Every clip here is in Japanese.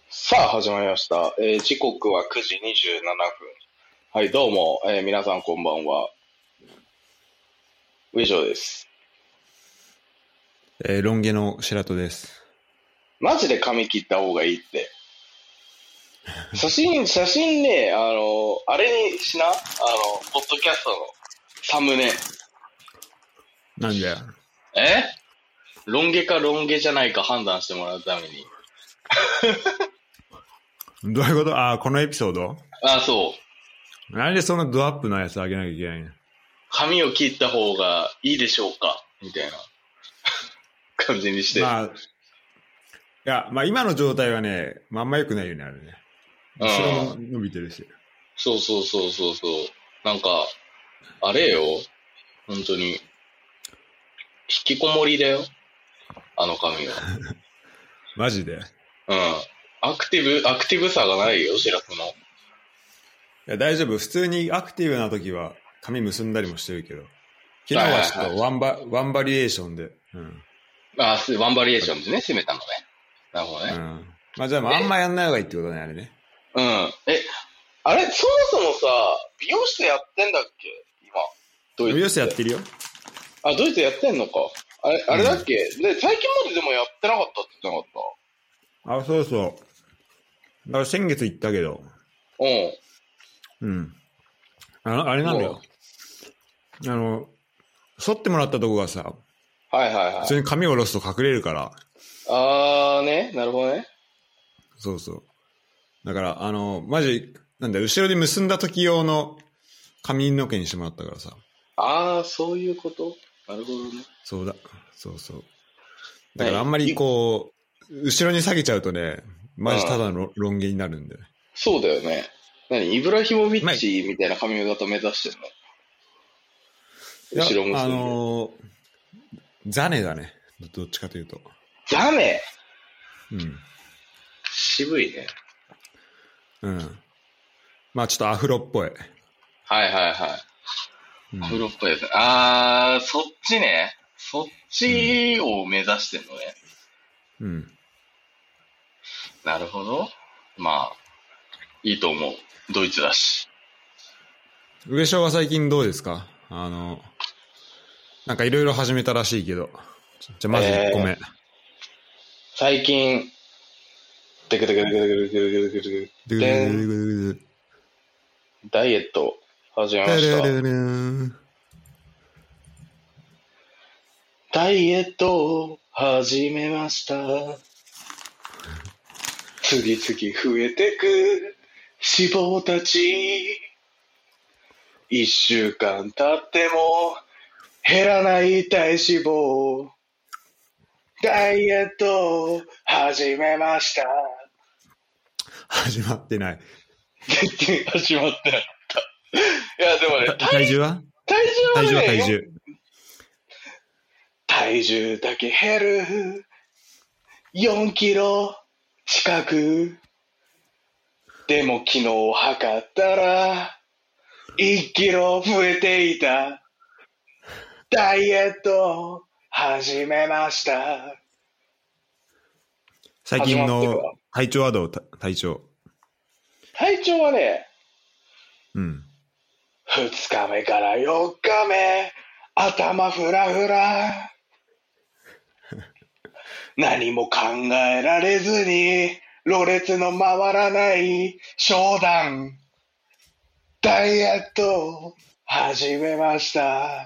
さあ始まりました。時刻は9時27分。はい、どうも、皆さんこんばんは。上条です。 ロン毛の白戸です。 マジで髪切った方がいいって。写真ね、あれにしな、ポッドキャストのサムネ。 なんだよ。 ロン毛かロン毛じゃないか判断してもらうために。 どういうこと？このエピソード？ あ、そう。 なんでそんなドアップのやつあげなきゃいけないの？ 髪を切った方がいいでしょうかみたいな感じにして。 今の状態はね、あんま良くないよね、あれね。後ろも伸びてるし。 そう。なんか、あれよ。本当に。引きこもりだよ。あの髪は。 マジで？ うん。アクティブさがないよ、白くの。 いや、大丈夫。普通にアクティブな時は髪結んだりもしてるけど。昨日はちょっとワンバリエーションで。うん。 ワンバリエーションでね、攻めたのね。なるほどね。 うん。じゃああんまやんない方がいいってことね、あれね。 うん。あれ、そもそもさ、美容室やってんだっけ今。 美容室やってるよ。 ドイツやってんのか。あれだっけ、で、最近まででもやってなかったって言ってなかそうそう。だから先月行ったけど。 った？ うん。あれなんだよ。剃ってもらったとこがさ、 はい。 普通に髪を下ろすと隠れるから。 ね、なるほどね。 そうそう。だから、マジ、なんだよ、後ろで結んだ時用の髪の毛にしてもらったからさ。 そういうこと。なるほどね。 そう。だからあんまりこう、後ろに下げちゃうとね、マジただのロン毛になるんで。 そうだよね。イブラヒモビッチみたいな髪型目指してんの？後ろ結んで。 ザネだね。どっちかというと。 ザネ？ うん。 渋いね。 うん。ちょっとアフロっぽい。 はい。アフロっぽいですね。そっちね。そっちを目指してんのね。 うん。 なるほど。まあ、いいと思う。ドイツだし。 上昇は最近どうですか？なんかいろいろ始めたらしいけど。じゃあまず1個目。 最近、ダイエット始めました。ダイエットを始めました。次々増えてく脂肪たち。1週間経っても減らない体脂肪。ダイエットを始めました。 始まってない。 全然始まってなかった。いや、でもね、 体重は体重だけ減る。4キロ近く。でも昨日測ったら1キロ増えていた。ダイエット始めました。 最近の体調はどう？体調はね、 2 日目から4日目、頭フラフラ。何も考えられずに、ろれつの回らない商談。ダイエット始めました。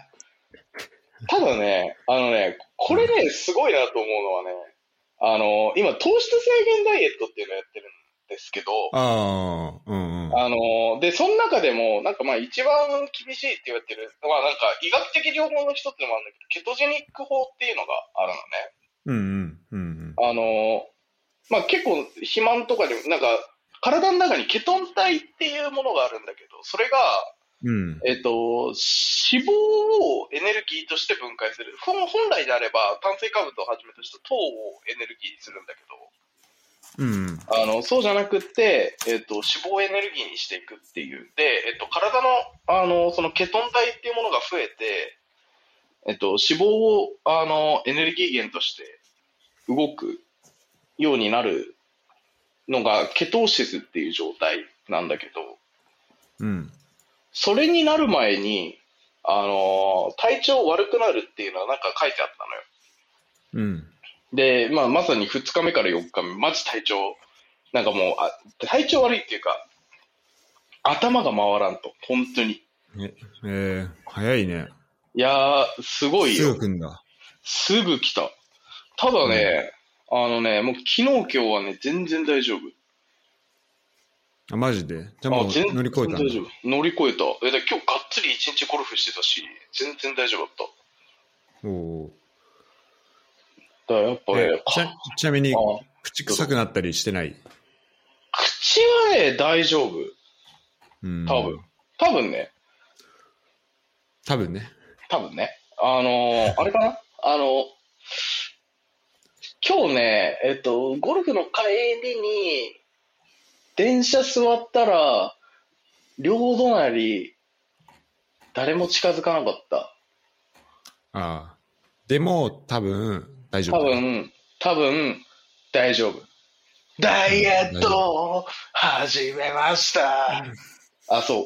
ただね、これね、すごいなと思うのはね、今、糖質制限ダイエットっていうのをやってるんですけど、で、その中でも、一番厳しいって言われてる、医学的療法の一つでもあるんだけど、ケトジェニック法っていうのがあるのね。結構、肥満とかでも、体の中にケトン体っていうものがあるんだけど、それが、脂肪をエネルギーとして分解する。本来であれば、炭水化物をはじめとした糖をエネルギーにするんだけど、そうじゃなくって、脂肪をエネルギーにしていくっていう。で、体の、そのケトン体っていうものが増えて、脂肪を、エネルギー源として動くようになるのがケトーシスっていう状態なんだけど、 うん。 それになる前に、体調悪くなるっていうのはなんか書いてあったのよ。 うん。 で、まあ、まさに2日目から4日目、マジ体調、なんかもう、体調悪いっていうか、頭が回らんと、本当に。 早いね。 いやー、すごいよ。 すぐ来んだ。 すぐ来た。ただね、もう昨日今日はね、全然大丈夫。 あ、マジで？じゃあもう乗り越えたんだ。 大丈夫。乗り越えた。今日がっつり一日ゴルフしてたし、全然大丈夫だった。 おお。 だからやっぱね、 ちなみに、口臭くなったりしてない？ 口はね、大丈夫。多分ね。多分ね。あれかな今日ね、ゴルフの帰りに、電車座ったら、両隣、誰も近づかなかった。 ああ。でも、多分、大丈夫。 多分、大丈夫。ダイエットを始めました。そう。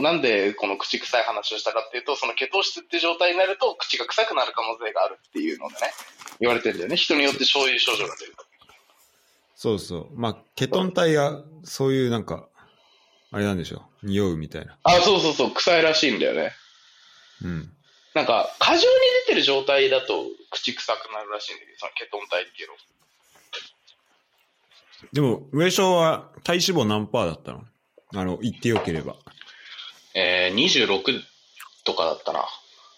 なんでこの口臭い話をしたかっていうと、そのケトーシスって状態になると、口が臭くなる可能性があるっていうのでね、言われてるんだよね。人によってそういう症状が出ると。 そうそう。まあ、ケトン体が、そういうなんか、あれなんでしょう。匂うみたいな。 そう。臭いらしいんだよね。 うん。 なんか、過剰に出てる状態だと、口臭くなるらしいんだけど、そのケトン体っていうの。 でも、上昇は体脂肪何パーだったの？言ってよければ。 26とかだったな。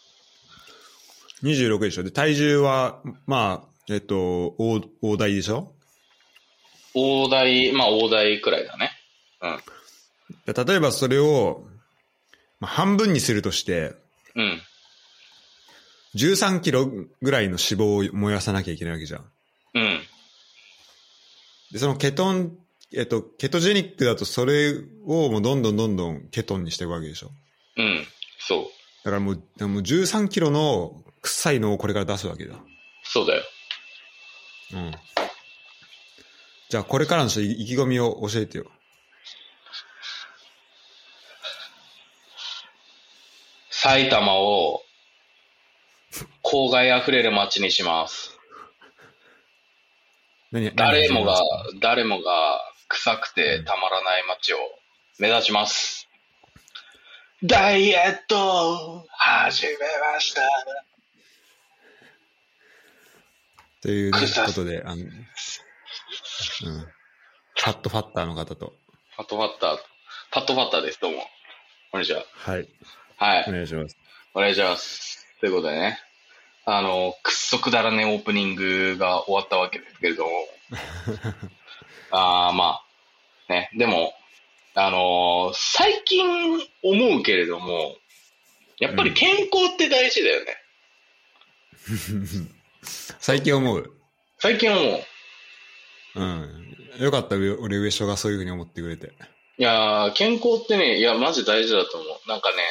26でしょ。で、体重は、まあ、大台でしょ？ 大台くらいだね。うん。 例えばそれを、半分にするとして、 うん。 13キロぐらいの脂肪を燃やさなきゃいけないわけじゃん。 うん。 で、そのケトジェニックだとそれをもうどんどんケトンにしていくわけでしょ。 うん。そう。 だからもう13キロの臭いのをこれから出すわけだ。 そうだよ。 うん。じゃあこれからの意気込みを教えてよ。 埼玉を郊外あふれる街にします。誰もが臭くてたまらない街を目指します。ダイエットを始めました。 という、ね、ことで、ファットファッターの方と。 ファットファッターです。どうも。こんにちは。 はい。 はい。 お願いします。 お願いします。ということでね。くっそくだらねオープニングが終わったわけですけれども。まあ、ね。でも、最近思うけれども、やっぱり健康って大事だよね。 最近思う。 最近思う。 うん。よかった、俺上所がそういうふうに思ってくれて。 いやー、健康ってね、いや、マジ大事だと思う。なんかね、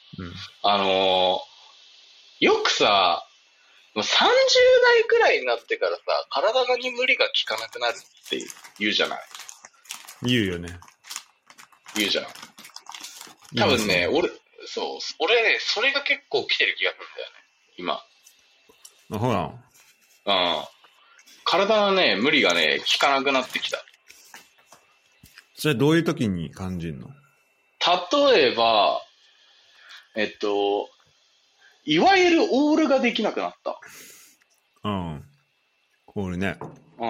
よくさ、30代くらいになってからさ、体に無理が効かなくなるって言うじゃない？ 言うよね。 言うじゃん。多分ね、俺ね、それが結構来てる気がするんだよね、今。 ほら。 うん。体のね、無理がね、効かなくなってきた。 それどういう時に感じるの？ 例えば、いわゆるオールができなくなった。 うん。オールね。 うん。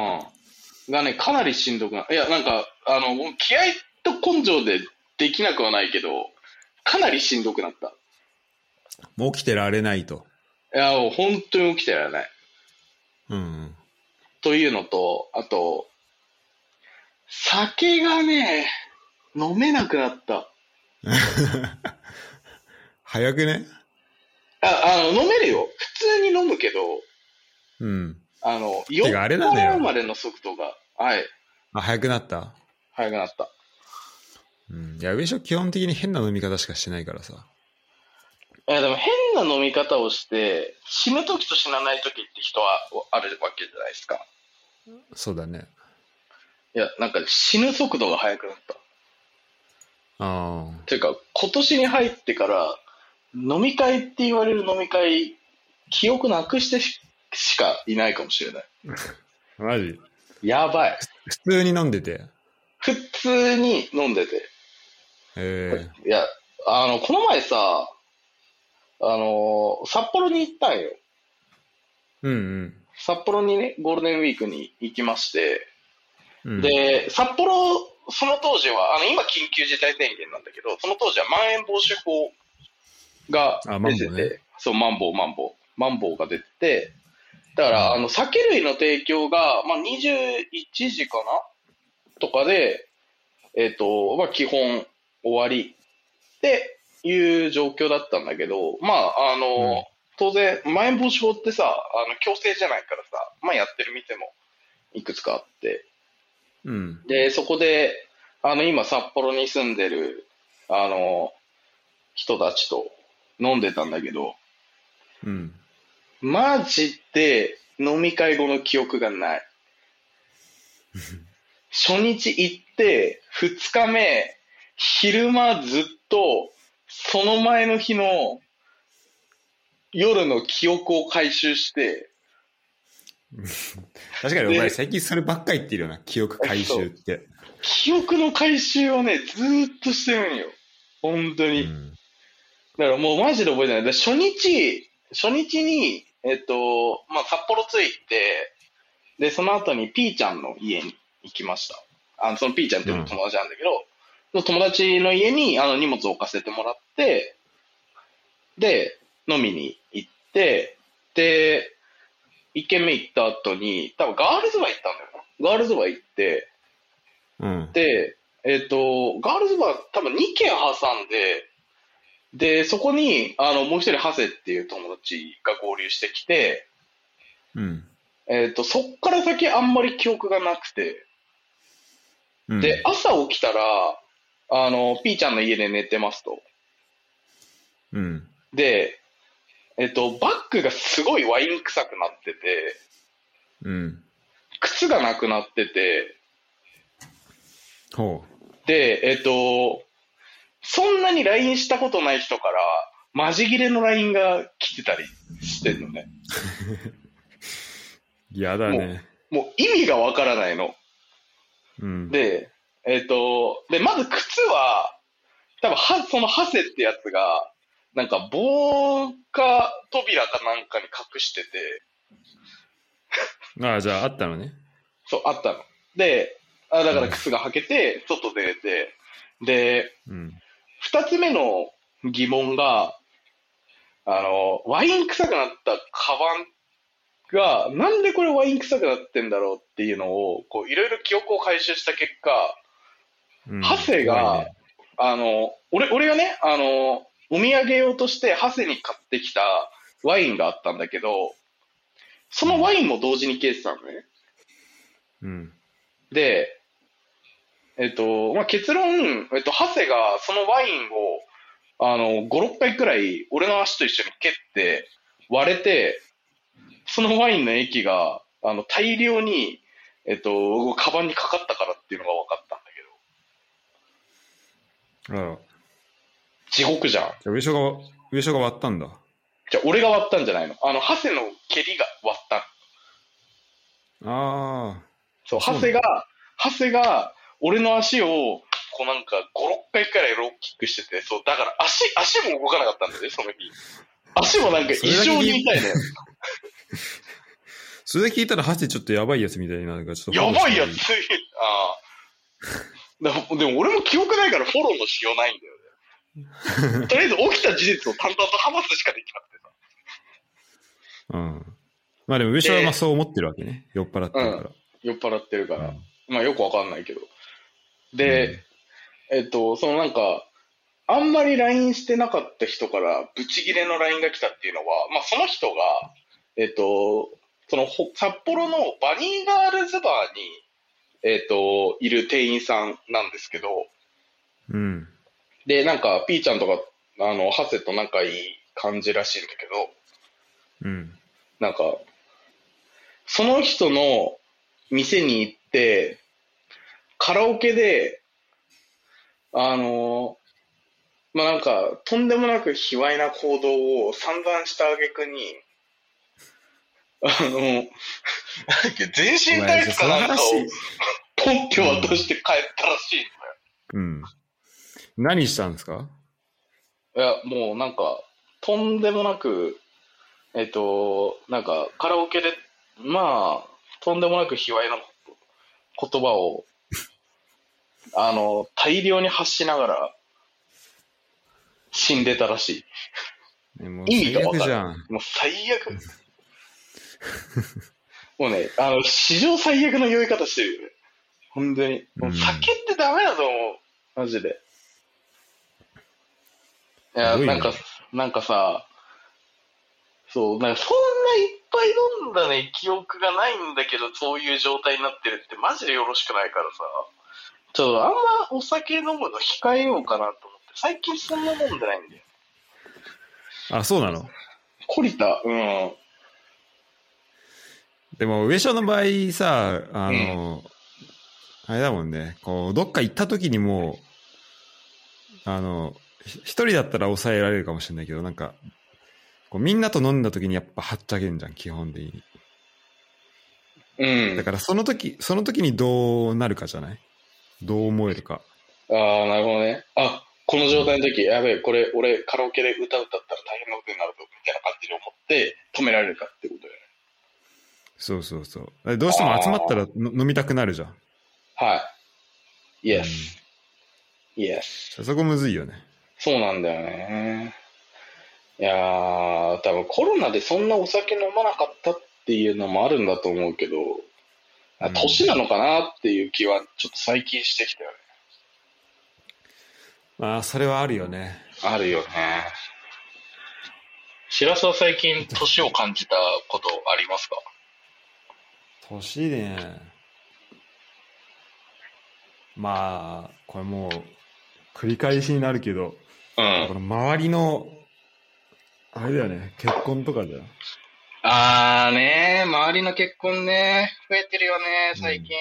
がね、かなりしんどくなった。いや、なんか、気合と根性でできなくはないけど、かなりしんどくなった。 もう起きてられないと。 いや、もう本当に起きてられない。 うん。 というのと、あと、酒がね、飲めなくなった。 早くね？ 飲めるよ。普通に飲むけど、 うん。 酔っ払うまでの速度が、はい。 早くなった？ 早くなった。 うん。いや、上昇基本的に変な飲み方しかしてないからさ。 いや、でも変な飲み方をして、死ぬ時と死なない時って人はあるわけじゃないですか。 そうだね。 いや、なんか死ぬ速度が速くなった。 ああ。 ていうか、今年に入ってから、飲み会って言われる飲み会、記憶なくしてしかいないかもしれない。 マジやばい。 普通に飲んでて。 普通に飲んでて。いや、この前さ、札幌に行ったんよ。 うんうん。 札幌にね、ゴールデンウィークに行きまして、 うん、 で、札幌、その当時は、今緊急事態宣言なんだけど、その当時はまん延防止法が出てて、ね、そう、まん防が出てて、だから、酒類の提供が、まあ、21時かなとかで、まあ、基本終わりっていう状況だったんだけど、まあ、当然、まん延防止法ってさ、強制じゃないからさ、まあ、やってる店もいくつかあって、 うん、 で、そこで、今、札幌に住んでる、人たちと飲んでたんだけど、 うん、 マジで飲み会後の記憶がない。初日行って、2日目、昼間ずっと、その前の日の夜の記憶を回収して、 確かにお前最近そればっかり言ってるよな、記憶回収って。 記憶の回収をね、ずーっとしてるんよ。本当に。うん、だからもうマジで覚えてない。で初日に、まあ、札幌着いて、で、その後にピーちゃんの家に行きました。そのピーちゃんっていう友達なんだけど、その友達の家に荷物を置かせてもらって、で、飲みに行って、で、1軒目行った後に、多分ガールズバー行ったんだよな。ガールズバー行って、 うん、 で、ガールズバー多分2軒挟んで、で、そこに、もう一人、ハセっていう友達が合流してきて、 うん、 そっから先あんまり記憶がなくて、 うん、 で、朝起きたら、ピーちゃんの家で寝てますと。 うん、 で、バッグがすごいワイン臭くなってて、 うん、 靴がなくなってて、 ほう。で、そんなに LINE したことない人から、マジ切れの LINE が来てたりしてんのね。 やだね。 もう意味がわからないの。 うん、 で、で、まず靴は、多分そのハセってやつが、なんか防火扉かなんかに隠してて。 ああ、じゃああったのね。 そう、あったの。で、だから靴が履けて、外出れて、で、二つ目の疑問が、ワイン臭くなったカバンが、なんでこれワイン臭くなってんだろうっていうのを、こう、いろいろ記憶を回収した結果、ハセが、俺がね、お土産用としてハセに買ってきたワインがあったんだけど、そのワインも同時に消えてたのね。 うん。 で、まあ、結論、ハセがそのワインを、5、6回くらい俺の足と一緒に蹴って割れて、そのワインの液が、大量に、カバンにかかったからっていうのが分かったんだけど。 あら。 地獄じゃん。 じゃ上昇が割ったんだ。 じゃ俺が割ったんじゃないの。ハセの蹴りが割ったの。ああ。 そう、ハセが、俺の足を、こうなんか5、6回くらいローキックしてて、そう、だから足も動かなかったんだよね、その日。足もなんか異常に痛いね。 それで聞いたら、ハセちょっとやばいやつみたいな、なんかちょっと。 やばいやつああ。でも俺も記憶ないからフォローのしようないんだよね。とりあえず起きた事実を淡々と話すしかできなくてさ。 うん。まあでも上昇はまあそう思ってるわけね。酔っ払ってるから。 酔っ払ってるから。まあよくわかんないけど。で、そのなんか、あんまり LINE してなかった人からブチギレの LINE が来たっていうのは、まあその人が、その札幌のバニーガールズバーに、いる店員さんなんですけど、 うん。 で、なんか、ピーちゃんとか、ハセと仲いい感じらしいんだけど、うん。 なんか、その人の店に行って、 カラオケで、なんか、とんでもなく卑猥な行動を散々した挙句に、全身タイツかなんかをポンって渡して帰ったらしいんだよ。 うん。何したんですか？ いや、もうなんか、とんでもなく、なんか、カラオケで、とんでもなく卑猥な言葉を、大量に発しながら、死んでたらしい。意味がわかる。もう最悪。もうね、史上最悪の酔い方してるよね。本当に。もう酒ってダメだと思う。マジで。いや、なんかさ、そう、なんかそんないっぱい飲んだね、記憶がないんだけど、そういう状態になってるってマジでよろしくないからさ、ちょっとあんまお酒飲むの控えようかなと思って、最近そんな飲んでないんだよ。 あ、そうなの？ 懲りた、うん。 でも、上昇の場合さ、あれだもんね、こう、どっか行った時にも一人だったら抑えられるかもしれないけど、なんか、こうみんなと飲んだ時にやっぱはっちゃけんじゃん、基本的に。 うん。 だからその時にどうなるかじゃない？どう思えるか。 ああ、なるほどね。あ、この状態の時、やべえ、これ、俺カラオケで歌ったら大変なことになるぞ、みたいな感じで思って止められるかってことだよね。 そうそうそう。どうしても集まったら飲みたくなるじゃん。 はい。イエス。イエス。 そこむずいよね。 そうなんだよね。いやー、多分コロナでそんなお酒飲まなかったっていうのもあるんだと思うけど、年なのかなっていう気はちょっと最近してきたよね。 まあ、それはあるよね。 あるよね。白洲は最近年を感じたことありますか？ 年ね。まあ、これもう繰り返しになるけど、この周りのあれだよね、結婚とかだよ。 あーねー、周りの結婚ね、増えてるよね、最近。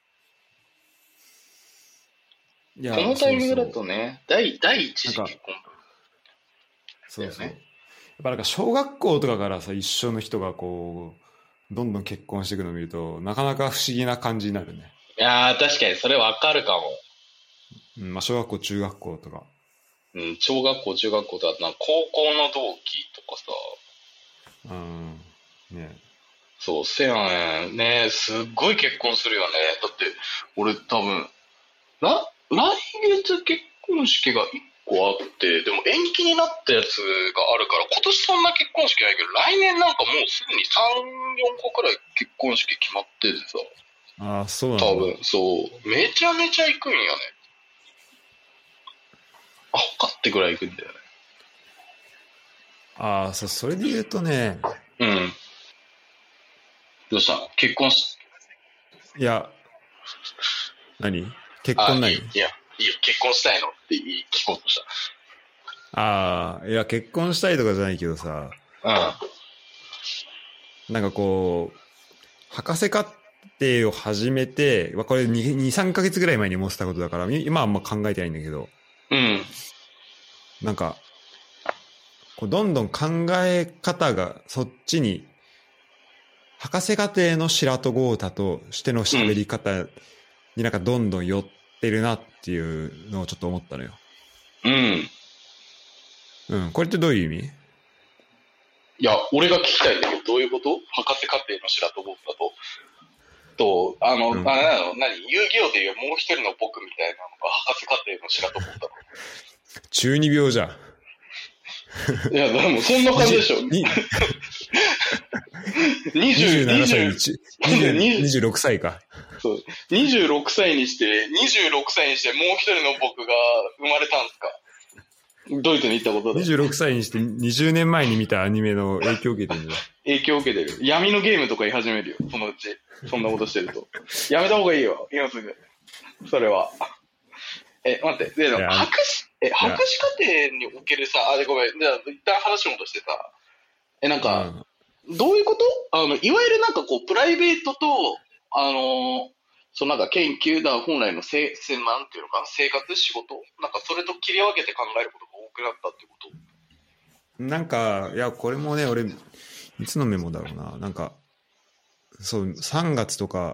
いやこのタイミングだとね、第一次結婚。 そうそう。やっぱなんか小学校とかからさ、一緒の人がこう、どんどん結婚していくのを見ると、なかなか不思議な感じになるね。 いやー、確かにそれわかるかも。 まあ小学校、中学校とか。 小学校、中学校とか、高校の同期とかさ。 ね。 そう、せやねん。ねすっごい結婚するよね。だって、俺多分、来月結婚式が1個あって、でも延期になったやつがあるから、今年そんな結婚式ないけど、来年なんかもうすぐに3、4個くらい結婚式決まっててさ。 ああ、そうなんだ。 多分、そう。めちゃめちゃ行くんよね。アホかってぐらい行くんだよね。 ああ、それで言うとね。 どうしたの？結婚いや、何？結婚何？ いや、結婚したいのって聞こうとした。 ああ、いや、結婚したいとかじゃないけどさ。なんかこう、博士課程を始めて、これ2、3ヶ月ぐらい前に思ってたことだから、今はあんま考えてないんだけど。なんか、こうどんどん考え方がそっちに、博士課程の白戸豪太としての喋り方になんかどんどん寄ってるなっていうのをちょっと思ったのよ。これってどういう意味？ いや、俺が聞きたいんだけど、どういうこと？博士課程の白戸豪太と、遊戯王でいうもう一人の僕みたいなのが博士課程の白戸豪太。 中二病じゃん。 いや、でもそんな感じでしょ。 27歳に26歳か。 そう。26歳にして、もう一人の僕が生まれたんですか？ドイツに行ったことで。 26歳にして20年前に見たアニメの影響を受けてるんだ。 影響を受けてる。闇のゲームとか言い始めるよ、そのうち。そんなことしてると。やめた方がいいよ、今すぐ。それは。待って。博士課程におけるさ、ごめん。じゃあ、一旦話戻してさ。どういうこと？いわゆるなんかこう、プライベートと、 なんか研究だ、本来のなんていうのか、生活、仕事、なんかそれと切り分けて考えることが多くなったってこと？ なんか、いや、これもね、俺、いつのメモだろうな。なんか、そう、3月とか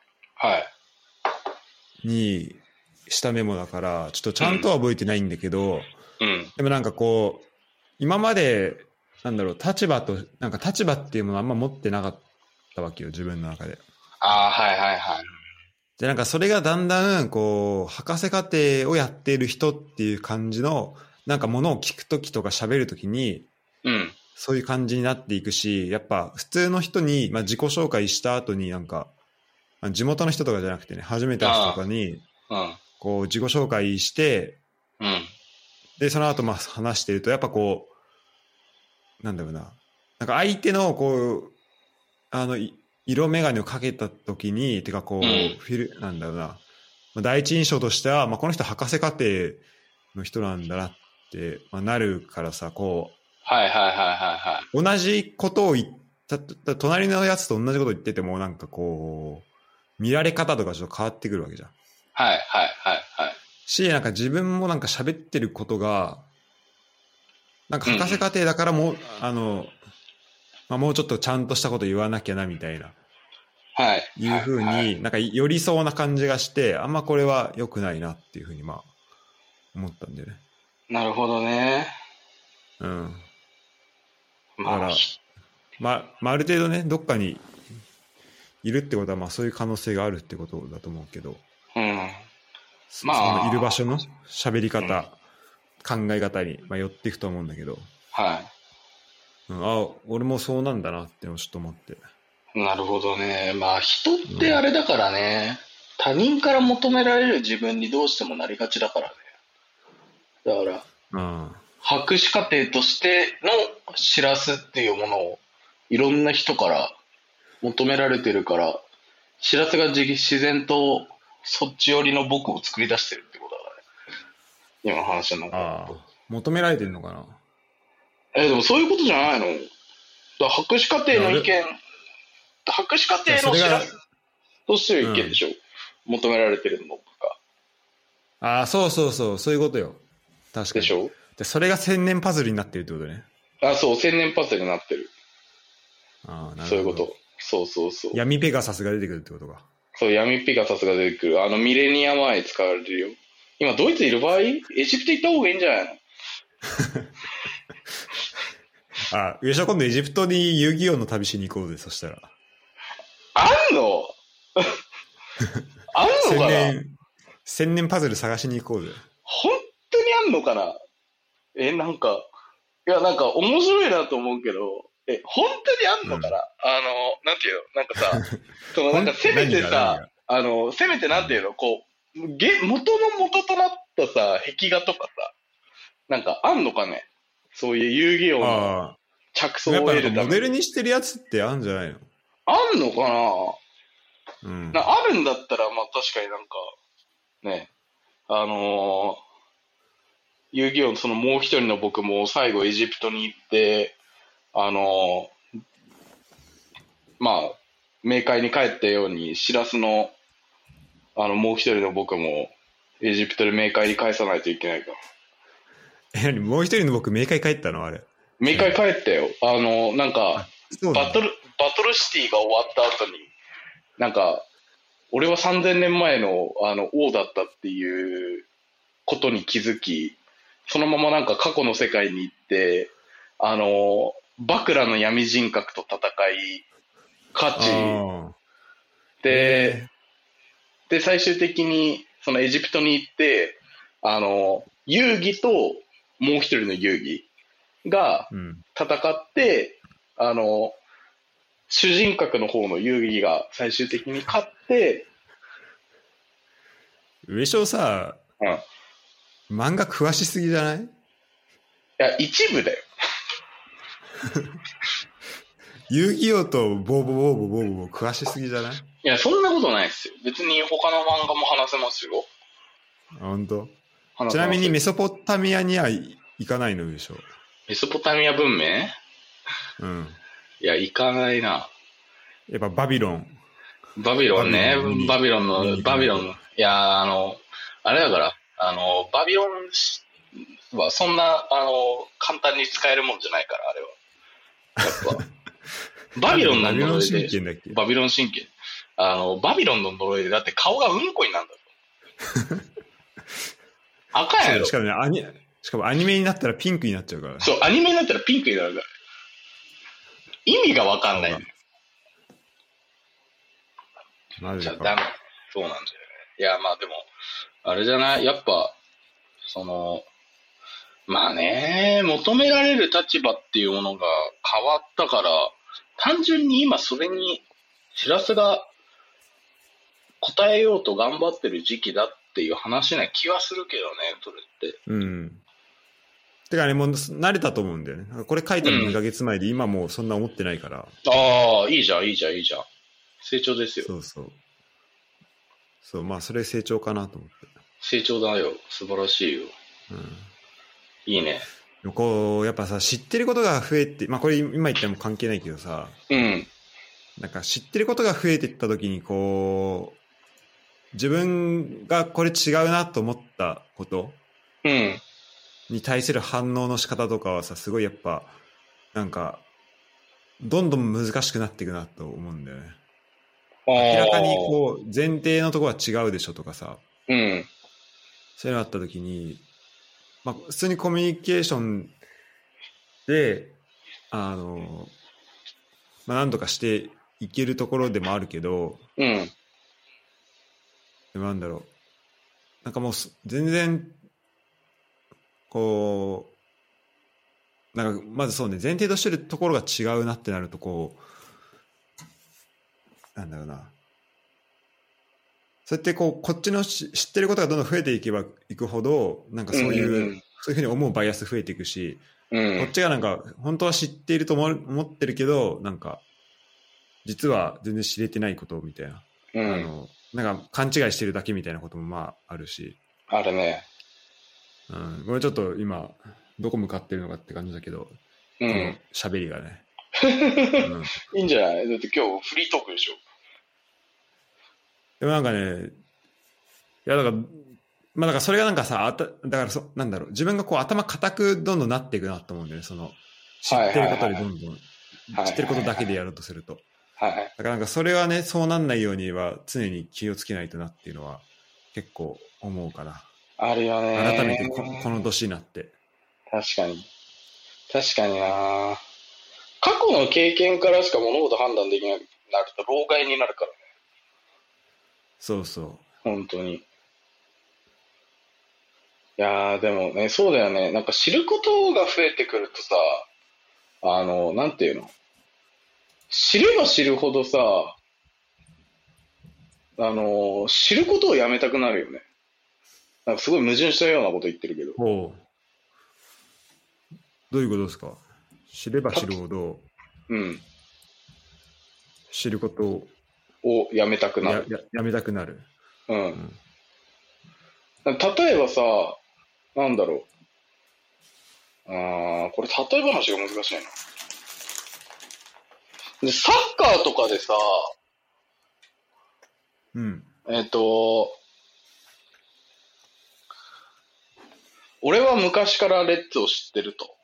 にしたメモだから、ちょっとちゃんとは覚えてないんだけど、 うん、 でもなんかこう、今まで、なんだろう、立場っていうものあんま持ってなかったわけよ、自分の中で。 ああ、はいはいはい。 で、なんかそれがだんだん、こう、博士課程をやっている人っていう感じの、なんかものを聞くときとか喋るときに、 うん。 そういう感じになっていくし、やっぱ普通の人に、まあ、自己紹介した後になんか、地元の人とかじゃなくてね、初めて会った人とかに、こう自己紹介して、 うん。 で、その後まあ話してると、やっぱこう、なんだろうな、なんか相手のこう、色眼鏡をかけた時に、てかこう、なんだろうな、まあ、第一印象としては、まあ、この人博士課程の人なんだなって、まあ、なるからさ、こう、 はいはいはいはいはい。 同じことを言った、隣のやつと同じこと言ってても、なんかこう、見られ方とかちょっと変わってくるわけじゃん。 はいはいはいはい。 なんか自分もなんか喋ってることが、なんか博士課程だからもう、まあ、もうちょっとちゃんとしたこと言わなきゃなみたいな、 はい。 いうふうに、なんか寄りそうな感じがして、あんまこれは良くないなっていうふうにまあ、思ったんだよね。 なるほどね。 うん。だから、まあ、ある程度ね、どっかにいるってことは、まあそういう可能性があるってことだと思うけど、 うん。 そのいる場所の喋り方、考え方に、まあ、寄っていくと思うんだけど、 はい。 あ、俺もそうなんだなってちょっと思って。 なるほどね。まあ人ってあれだからね、他人から求められる自分にどうしてもなりがちだからね。だから、博士課程としての知らすっていうものをいろんな人から求められてるから、知らせが自然とそっち寄りの僕を作り出してるってことだからね。今の話の中で。 求められてるのかな。 でもそういうことじゃないの？だ博士課程の意見、博士課程の知らせとしての意見でしょ、求められてるのか。そういうことよ。確かに。 でしょ？ でそれが千年パズルになってるってことね。 そう、千年パズルになってる。 なるほど。 そういうこと。そう。 闇ペガサスが出てくるってことか。 そう、闇ペガサスが出てくる。ミレニア前使われてるよ。今、ドイツいる場合、エジプト行った方がいいんじゃないの？ 上昇今度エジプトに遊戯王の旅しに行こうぜ、そしたら。 あんのあんのかな？ 千年パズル探しに行こうぜ。 本当にあんのかな？なんか、いや、なんか面白いなと思うけど、本当にあんのかな、なんていうのなんかさ、なんかせめてさ、せめてなんていうのこう、元の元となったさ、壁画とかさ、なんかあんのかね？そういう遊戯王の着想を得るために。 モデルにしてるやつってあるんじゃないの？ あんのかな？あるんだったら、まあ確かになんか、ね、遊戯王のそのもう一人の僕も最後エジプトに行って、まあ、冥界に帰ったように、シラスの、もう一人の僕も、エジプトで冥界に返さないといけないから。 もう一人の僕、冥界帰ったのあれ。 冥界帰ったよ。なんか、バトルシティが終わった後に、なんか、俺は3000年前の、王だったっていうことに気づき、そのままなんか過去の世界に行って、バクラの闇人格と戦い、勝ち、で、最終的に、そのエジプトに行って、遊戯ともう一人の遊戯が戦って、主人格の方の遊戯が最終的に勝って、 上昇さ、漫画詳しすぎじゃない？いや、一部だよ。 遊戯王とボーボー詳しすぎじゃない？いや、そんなことないですよ。別に他の漫画も話せますよ。 本当？ちなみにメソポタミアには行かないのでしょ？ メソポタミア文明？いや、行かないな。 やっぱバビロン。 バビロンね、バビロン。いや、あれだから、バビロンはそんな、簡単に使えるもんじゃないから、あれは。やっぱ。バビロンの呪いで、バビロン神経。バビロンの呪いで、だって顔がうんこになるんだぞ。赤やろ。 しかもアニメになったらピンクになっちゃうから。 そう、アニメになったらピンクになるから。意味がわかんない。 マジか。 ダメ。そうなんだよね。いや、まあでも、あれじゃないやっぱ、まあね、求められる立場っていうものが変わったから、単純に今それに、しらすが答えようと頑張ってる時期だっていう話な気はするけどね、それって。 うん。てかね、もう慣れたと思うんだよね。これ書いたの2ヶ月前で、今もうそんな思ってないから。 ああ、いいじゃん。成長ですよ。 そう、まあそれ成長かなと思って。 成長だよ。素晴らしいよ。いいね。 こう、やっぱさ、知ってることが増えて、まあこれ今言っても関係ないけどさ、なんか知ってることが増えていった時に、こう、自分がこれ違うなと思ったことに対する反応の仕方とかはさ、すごいやっぱ、なんか、どんどん難しくなっていくなと思うんだよね。明らかにこう、前提のところは違うでしょとかさ、そういうのあった時に、まあ、普通にコミュニケーションで、まあ、何とかしていけるところでもあるけど、でもなんだろう、なんかもう全然こうなんかまずそうね、前提としてるところが違うなってなると、こうなんだろうな、そうやってこっちの知ってることがどんどん増えていけばいくほど、なんかそういうふうに思うバイアス増えていくし、こっちがなんか本当は知っていると思ってるけど、なんか実は全然知れてないことみたいな、なんか勘違いしてるだけみたいなこともまああるし。 あるね。 これちょっと今どこ向かってるのかって感じだけど、この喋りがね、 いいんじゃない？だって今日フリートークでしょ。 でもなんかね、いやだからまあだからそれがなんかさ、だからなんだろう、自分がこう頭固くどんどんなっていくなと思うんだよね。その知ってることでどんどん知ってることだけでやろうとすると、だからなんかそれはね、そうなんないようには常に気をつけないとなっていうのは結構思うから。 あるよね。 改めてこの年になって。 確かにな。過去の経験からしか物事判断できなくなると老害になるからね。 そうそう。 本当に。いやーでもね、そうだよね。なんか知ることが増えてくるとさ、なんていうの？知れば知るほどさ、知ることをやめたくなるよね。なんかすごい矛盾したようなこと言ってるけど。 どういうことですか？知れば知るほど、知ることをやめたくなる。 やめたくなる。 例えばさ、なんだろう。これ例え話が難しいな。で、サッカーとかでさ、俺は昔からレッツを知ってると。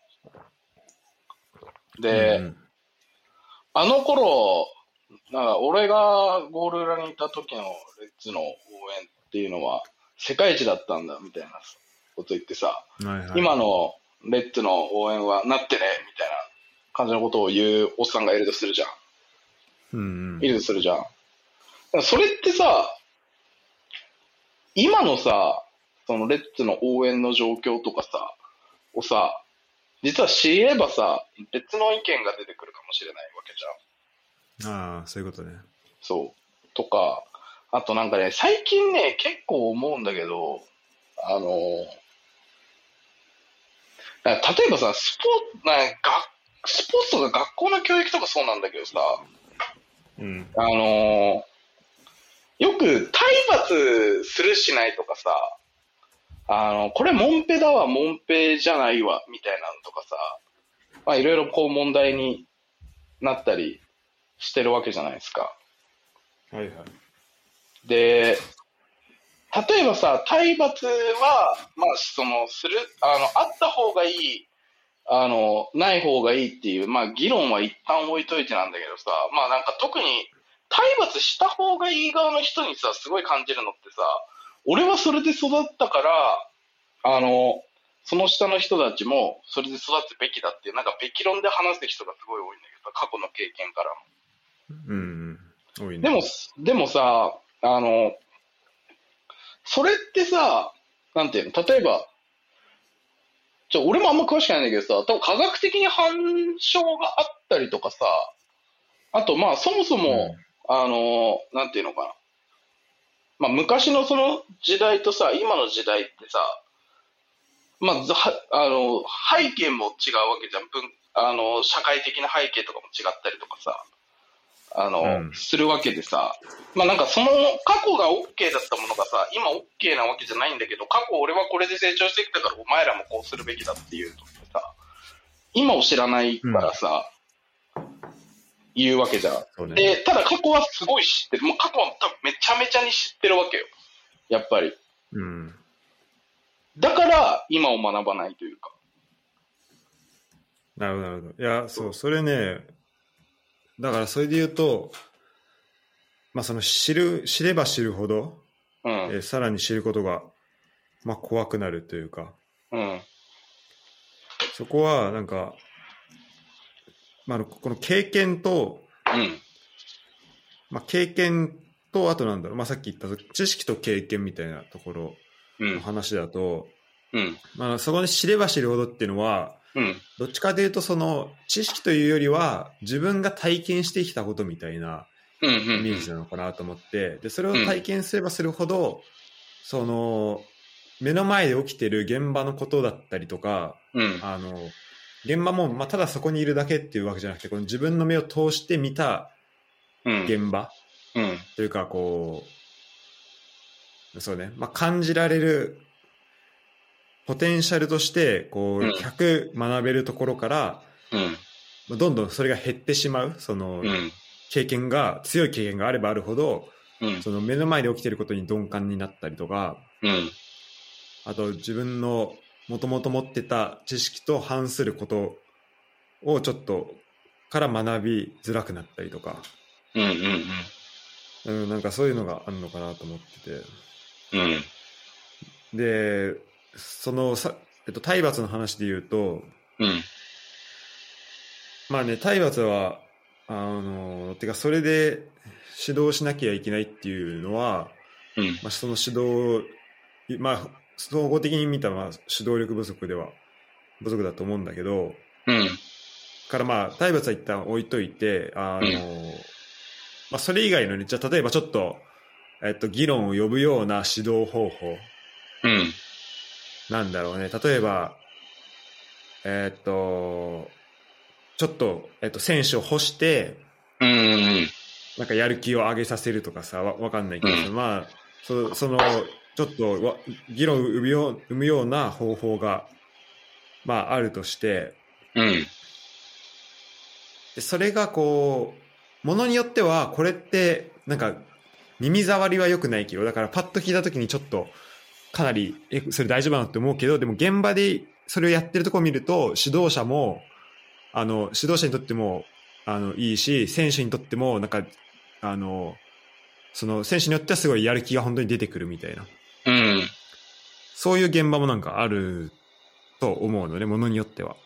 で、あの頃、なんか俺がゴール裏にいた時のレッツの応援っていうのは世界一だったんだみたいなこと言ってさ、今のレッツの応援はなってねみたいな感じのことを言うおっさんがいるとするじゃん。いるとするじゃん。だからそれってさ、今のさ、そのレッツの応援の状況とかさ、をさ、実は知ればさ、別の意見が出てくるかもしれないわけじゃん。そういうことね。 そう。とか、あとなんかね、最近ね、結構思うんだけど、例えばさ、スポーツとか学校の教育とかそうなんだけどさ、よく体罰するしないとかさ、これモンペだわ、モンペじゃないわ、みたいなのとかさ、まあいろいろこう問題になったりしてるわけじゃないですか。 はいはい。 で、例えばさ、体罰は、まあ、あった方がいい、ない方がいいっていう、まあ、議論は一旦置いといてなんだけどさ、まあなんか特に、体罰した方がいい側の人にさ、すごい感じるのってさ、俺はそれで育ったから、その下の人たちもそれで育つべきだっていう、なんかべき論で話す人がすごい多いんだけど、過去の経験からも。うん、多いね。 でもさ、それってさ、なんていうの、例えば、俺もあんま詳しくないんだけどさ、多分科学的に反証があったりとかさ、あとまあそもそも、なんていうのかな。まあ昔のその時代とさ、今の時代ってさ、まあ、背景も違うわけじゃん。社会的な背景とかも違ったりとかさ、するわけでさ、まあなんかその過去が OK だったものがさ、今 OK なわけじゃないんだけど、過去俺はこれで成長してきたからお前らもこうするべきだっていうとさ、今を知らないからさ、言うわけじゃん。で、ただ過去はすごい知ってる。もう過去は多分めちゃめちゃに知ってるわけよ。やっぱり。 うん。 だから今を学ばないというか。 なるほど、なるほど。いや、そう、それね、だからそれで言うと、まあその知れば知るほど、さらに知ることが、まあ怖くなるというか、そこはなんか、まあ、この経験と、まあ、経験とあとなんだろう、まあ、さっき言った知識と経験みたいなところの話だと、まあ、そこで知れば知るほどっていうのは、どっちかというとその知識というよりは自分が体験してきたことみたいなイメージなのかなと思って、でそれを体験すればするほど、その目の前で起きてる現場のことだったりとか、現場も、まあ、ただそこにいるだけっていうわけじゃなくて、この自分の目を通して見た現場というか、こう、そうね、まあ、感じられるポテンシャルとしてこう100学べるところから、どんどんそれが減ってしまう、その経験が、強い経験があればあるほど、その目の前で起きていることに鈍感になったりとか、あと自分のもともと持ってた知識と反することをちょっとから学びづらくなったりとか、なんかそういうのがあるのかなと思ってて、でその体罰の話で言うと、まあね、体罰はてかそれで指導しなきゃいけないっていうのは、まあ、その指導、まあ総合的に見たら指導力不足だと思うんだけど、からまあ体罰は一旦置いといて、まあ、それ以外のね、じゃあ例えばちょっと、議論を呼ぶような指導方法、なんだろうね、例えばちょっと、選手を干して、なんかやる気を上げさせるとかさ、わかんないけど、まあそのちょっと議論を生むような方法が、まあ、あるとして、でそれがこうものによってはこれってなんか耳障りは良くないけど、だからパッと聞いた時にちょっとかなりそれ大丈夫なのって思うけど、でも現場でそれをやってるところを見ると指導者にとってもいいし、選手にとってもなんかその選手によってはすごいやる気が本当に出てくるみたいな、そういう現場もなんかあると思うのね、ものによっては。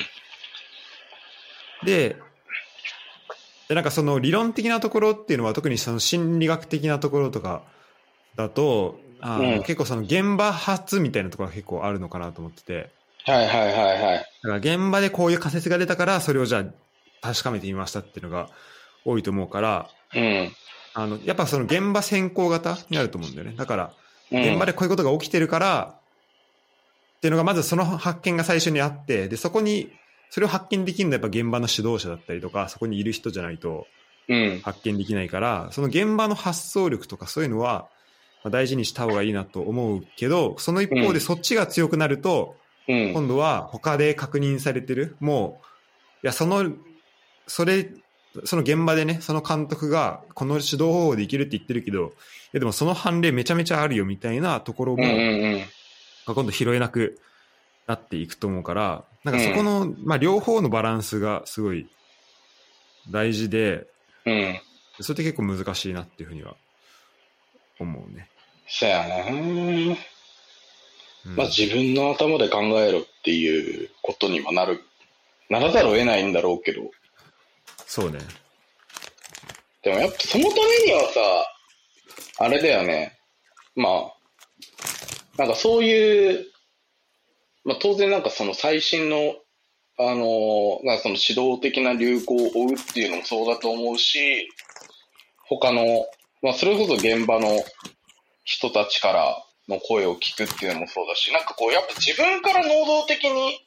でなんかその理論的なところっていうのは、特にその心理学的なところとかだと結構その現場発みたいなところが結構あるのかなと思ってて、だから現場でこういう仮説が出たからそれをじゃあ確かめてみましたっていうのが多いと思うから、やっぱその現場先行型になると思うんだよね。だから現場でこういうことが起きてるからっていうのが、まずその発見が最初にあって、でそれを発見できるのはやっぱ現場の指導者だったりとか、そこにいる人じゃないと発見できないから、その現場の発想力とかそういうのは大事にした方がいいなと思うけど、その一方でそっちが強くなると、今度は他で確認されてる、もういやそれその現場でね、その監督がこの指導方法でいけるって言ってるけど、いやでもその判例めちゃめちゃあるよみたいなところも、今度拾えなくなっていくと思うから、なんかそこの、まあ両方のバランスがすごい大事で、それって結構難しいなっていうふうには思うね。 そやね。まあ自分の頭で考えろっていうことにはならざるを得ないんだろうけど。 そうね。 でもやっぱそのためにはさ、あれだよね。まあ、なんかそういう、まあ当然なんかその最新の、なんかその指導的な流行を追うっていうのもそうだと思うし、他の、まあそれこそ現場の人たちからの声を聞くっていうのもそうだし、なんかこうやっぱ自分から能動的に、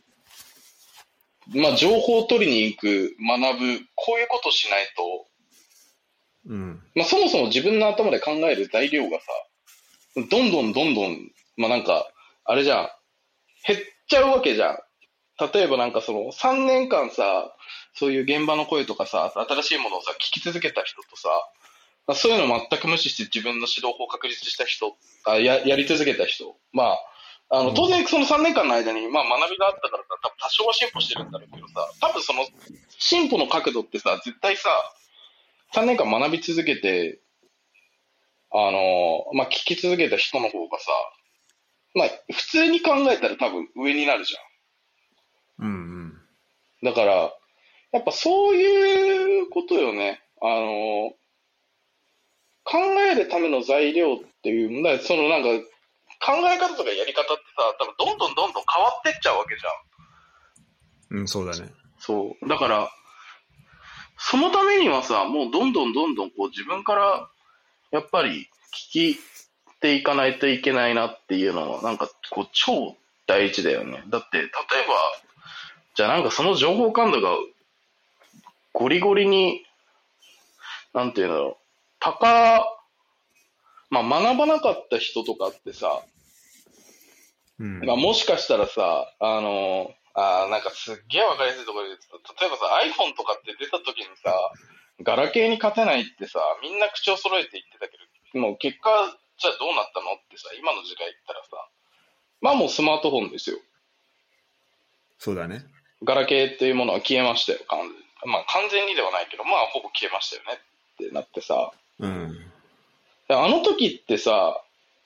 まあ情報を取りに行く、学ぶ、こういうことしないと、まあそもそも自分の頭で考える材料がさ、どんどん、まあなんか、あれじゃん、減っちゃうわけじゃん。例えばなんかその3年間さ、そういう現場の声とかさ、新しいものをさ、聞き続けた人とさ、そういうのを全く無視して自分の指導法を確立した人、やり続けた人。まあ、当然その3年間の間に、まあ学びがあったから多分多少は進歩してるんだろうけどさ、多分その進歩の角度ってさ、絶対さ、3年間学び続けて、まあ聞き続けた人の方がさ、まあ普通に考えたら多分上になるじゃん。だから、やっぱそういうことよね。考えるための材料っていう、そのなんか、考え方とかやり方ってさ、多分どんどん変わってっちゃうわけじゃん。そうだね。 そう。だから、そのためにはさ、もうどんどんこう自分からやっぱり聞いていかないといけないなっていうのは、なんかこう超大事だよね。だって、例えば、じゃあなんかその情報感度がゴリゴリに、なんていうんだろう、まあ学ばなかった人とかってさ、まあもしかしたらさ、なんかすっげえわかりやすいところで言うと、例えばさ、iPhone とかって出た時にさ、ガラケーに勝てないってさ、みんな口を揃えて言ってたけど、もう結果、じゃあどうなったのってさ、今の時代言ったらさ、まあもうスマートフォンですよ。 そうだね。 ガラケーっていうものは消えましたよ、完全に。まあ完全にではないけど、まあほぼ消えましたよねってなってさ。あの時ってさ、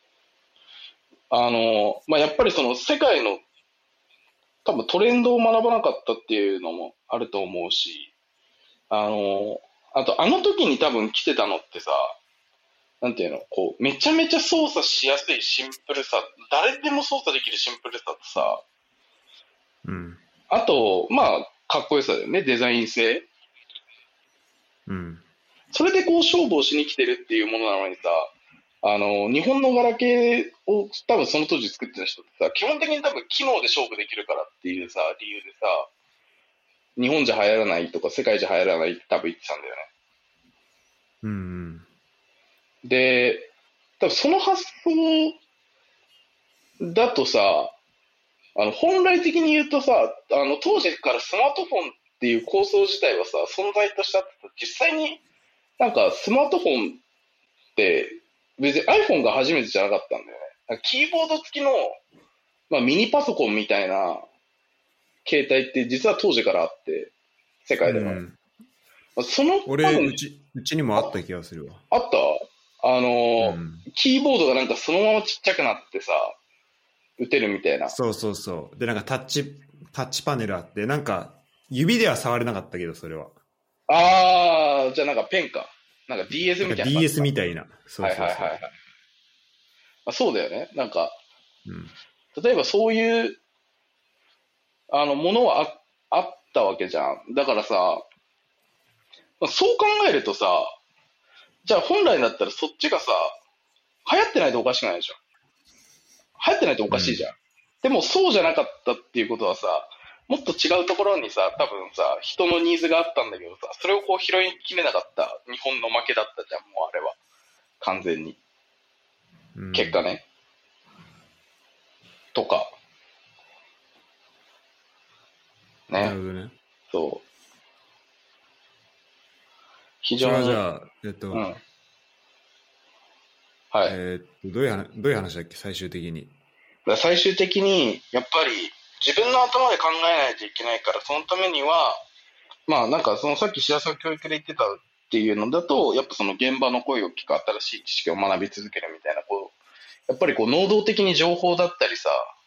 まあやっぱりその世界の多分トレンドを学ばなかったっていうのもあると思うし、あとあの時に多分来てたのってさ、なんていうの、こう、めちゃめちゃ操作しやすいシンプルさ、誰でも操作できるシンプルさとさ、あと、まあ、かっこよさだよね、デザイン性。それでこう勝負をしに来てるっていうものなのにさ、日本のガラケーを多分その当時作ってた人ってさ、基本的に多分機能で勝負できるからっていうさ、理由でさ、日本じゃ流行らないとか世界じゃ流行らないって多分言ってたんだよね。で、多分その発想だとさ、本来的に言うとさ、当時からスマートフォンっていう構想自体はさ、存在としたって実際になんかスマートフォンって別に iPhone が初めてじゃなかったんだよね。キーボード付きの、まあ、ミニパソコンみたいな携帯って実は当時からあって、世界では。その俺、うちにもあった気がするわ。 あったキーボードがなんかそのままちっちゃくなってさ、打てるみたいな。 そう。で、なんかタッチパネルあって、なんか指では触れなかったけど、それは。 じゃあなんかペンか。なんか DS みたいな。 DS みたいな。 そう。そうだよね。なんか、例えばそういう、ものはあったわけじゃん。だからさ、そう考えるとさ、じゃあ本来だったらそっちがさ、流行ってないとおかしくないでしょ。流行ってないとおかしいじゃん。でもそうじゃなかったっていうことはさ、もっと違うところにさ、多分さ、人のニーズがあったんだけどさ、それをこう拾いきれなかった日本の負けだったじゃん、もうあれは。完全に。結果ね。とか。ね。 なるほどね。 そ非常に。 じゃあ、 はい。 どういう話だっけ、最終的に。 最終的に、やっぱり自分の頭で考えないといけないから、そのためには、まあなんかそのさっき白沢教育で言ってたっていうのだと、やっぱその現場の声を聞く、新しい知識を学び続けるみたいな、やっぱり能動的に情報だったりさ、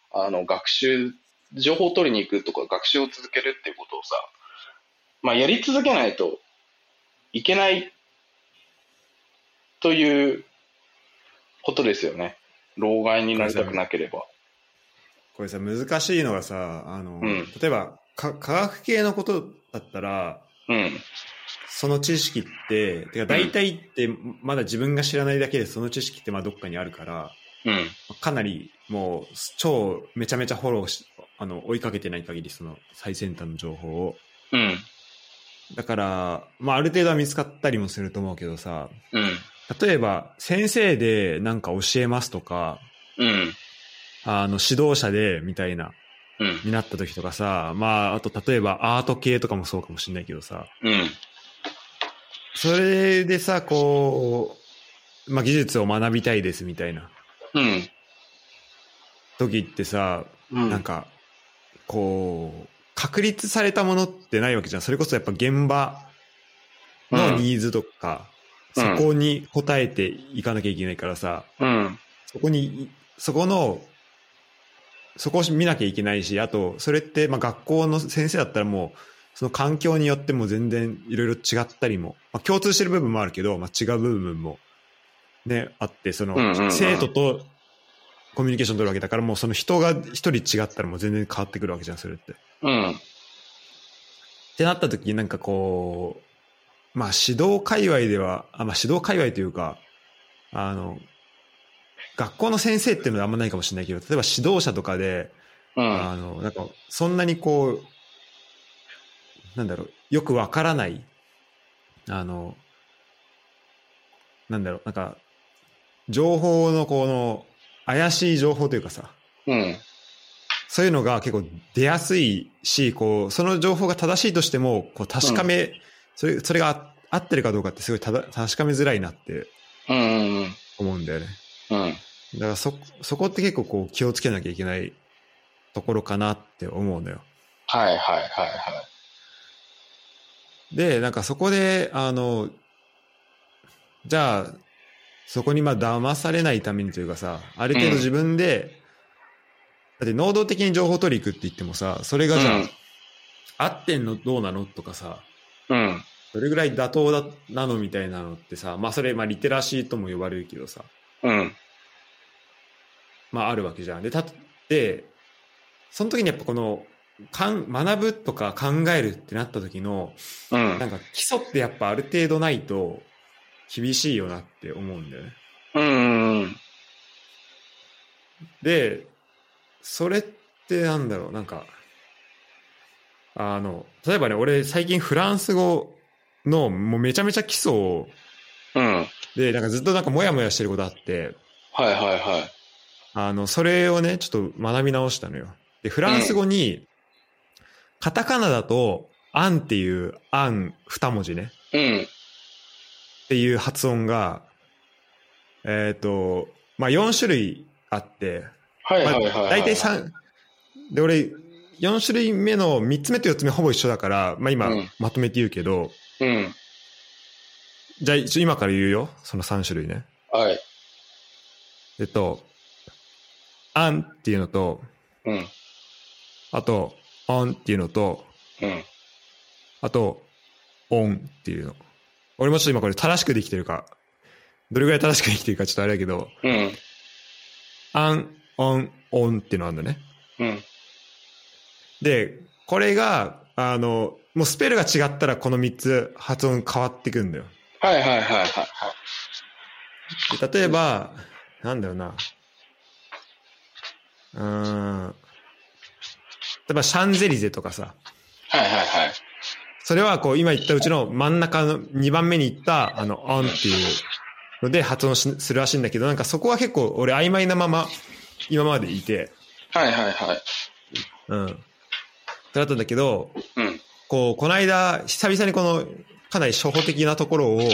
情報を取りに行くとか学習を続けるっていうことをさ、まあやり続けないといけないということですよね。老害になりたくなければ。 これさ、難しいのがさ、例えば科学系のことだったら、その知識って大体ってまだ自分が知らないだけでその知識ってまあどっかにあるから、かなりもうめちゃめちゃフォロー追いかけてない限りその最先端の情報を、だからまあある程度は見つかったりもすると思うけどさ、例えば先生でなんか教えますとか、指導者でみたいな、になった時とかさ、まああと例えばアート系とかもそうかもしれないけどさ、それでさまあ技術を学びたいですみたいな、時ってさ、なんか確立されたものってないわけじゃん。それこそやっぱ現場のニーズとか、そこに応えていかなきゃいけないからさ、そこを見なきゃいけないし、あとそれってまあ学校の先生だったらもうその環境によっても全然いろいろ違ったりも、まあ、共通してる部分もあるけど、まあ、違う部分もねあって、その生徒とコミュニケーション取るわけだから、もうその人が一人違ったらもう全然変わってくるわけじゃん、それって。ってなった時になんかまあ指導界隈では、まあ指導界隈というか、学校の先生っていうのはあんまないかもしれないけど、例えば指導者とかで、なんかそんなになんだろう、よくわからない、なんだろう、なんか情報の怪しい情報というかさ、そういうのが結構出やすいし、その情報が正しいとしても確かめ、それが合ってるかどうかってすごい確かめづらいなって思うんだよね。だからそこって結構気をつけなきゃいけないところかなって思うのよ。で、なんかそこでじゃあそこにまあ騙されないためにというかさ、ある程度自分で、だって能動的に情報取り行くって言ってもさ、それがじゃあ、合ってんのどうなのとかさ、どれぐらい妥当なのみたいなのってさ、まあそれまあリテラシーとも呼ばれるけどさ、まああるわけじゃん。でその時にやっぱ学ぶとか考えるってなった時の、なんか基礎ってやっぱある程度ないと厳しいよなって思うんだよね。で、それってなんだろう、なんか例えばね、俺最近フランス語のもうめちゃめちゃ基礎を、でなんかずっとなんかモヤモヤしてることあって、それをねちょっと学び直したのよ。でフランス語に、カタカナだとアンっていうアン2文字ね、っていう発音がまあ4種類あって、大体3で、俺4種類目の3つ目と4つ目ほぼ一緒だから、まあ今まとめて言うけど、じゃあ今から言うよ、その3種類ね。アンっていうのと、あとオンっていうのと、あとオンっていうの。俺もちょっと今これ正しくできてるか、どれぐらい正しくできてるかちょっとあれだけど、アン、オン、オンっていうのあるんだね。で、これが、もうスペルが違ったらこの3つ発音変わってくんだよ。例えば、なんだろうな。例えばシャンゼリゼとかさ。それは今言ったうちの真ん中の2番目に言ったオンっていうので発音するらしいんだけど、なんかそこは結構俺曖昧なまま今までいて。だったんだけど、この間久々にかなり初歩的なところを、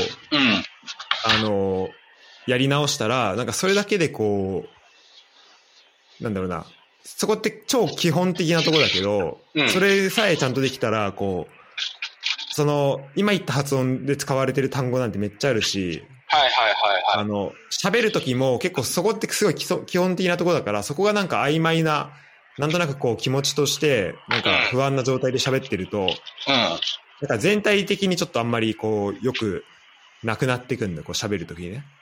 やり直したら、なんかそれだけでこう、なんだろうな、そこって超基本的なところだけど、それさえちゃんとできたら、こう、今言った発音で使われてる単語なんてめっちゃあるし、喋るときも結構そこってすごい基本的なところだから、そこがなんか曖昧な、なんとなくこう気持ちとして、なんか不安な状態で喋ってると、なんか全体的にちょっとあんまりこう、よくなくなっていくんだよ、こう喋るときにね。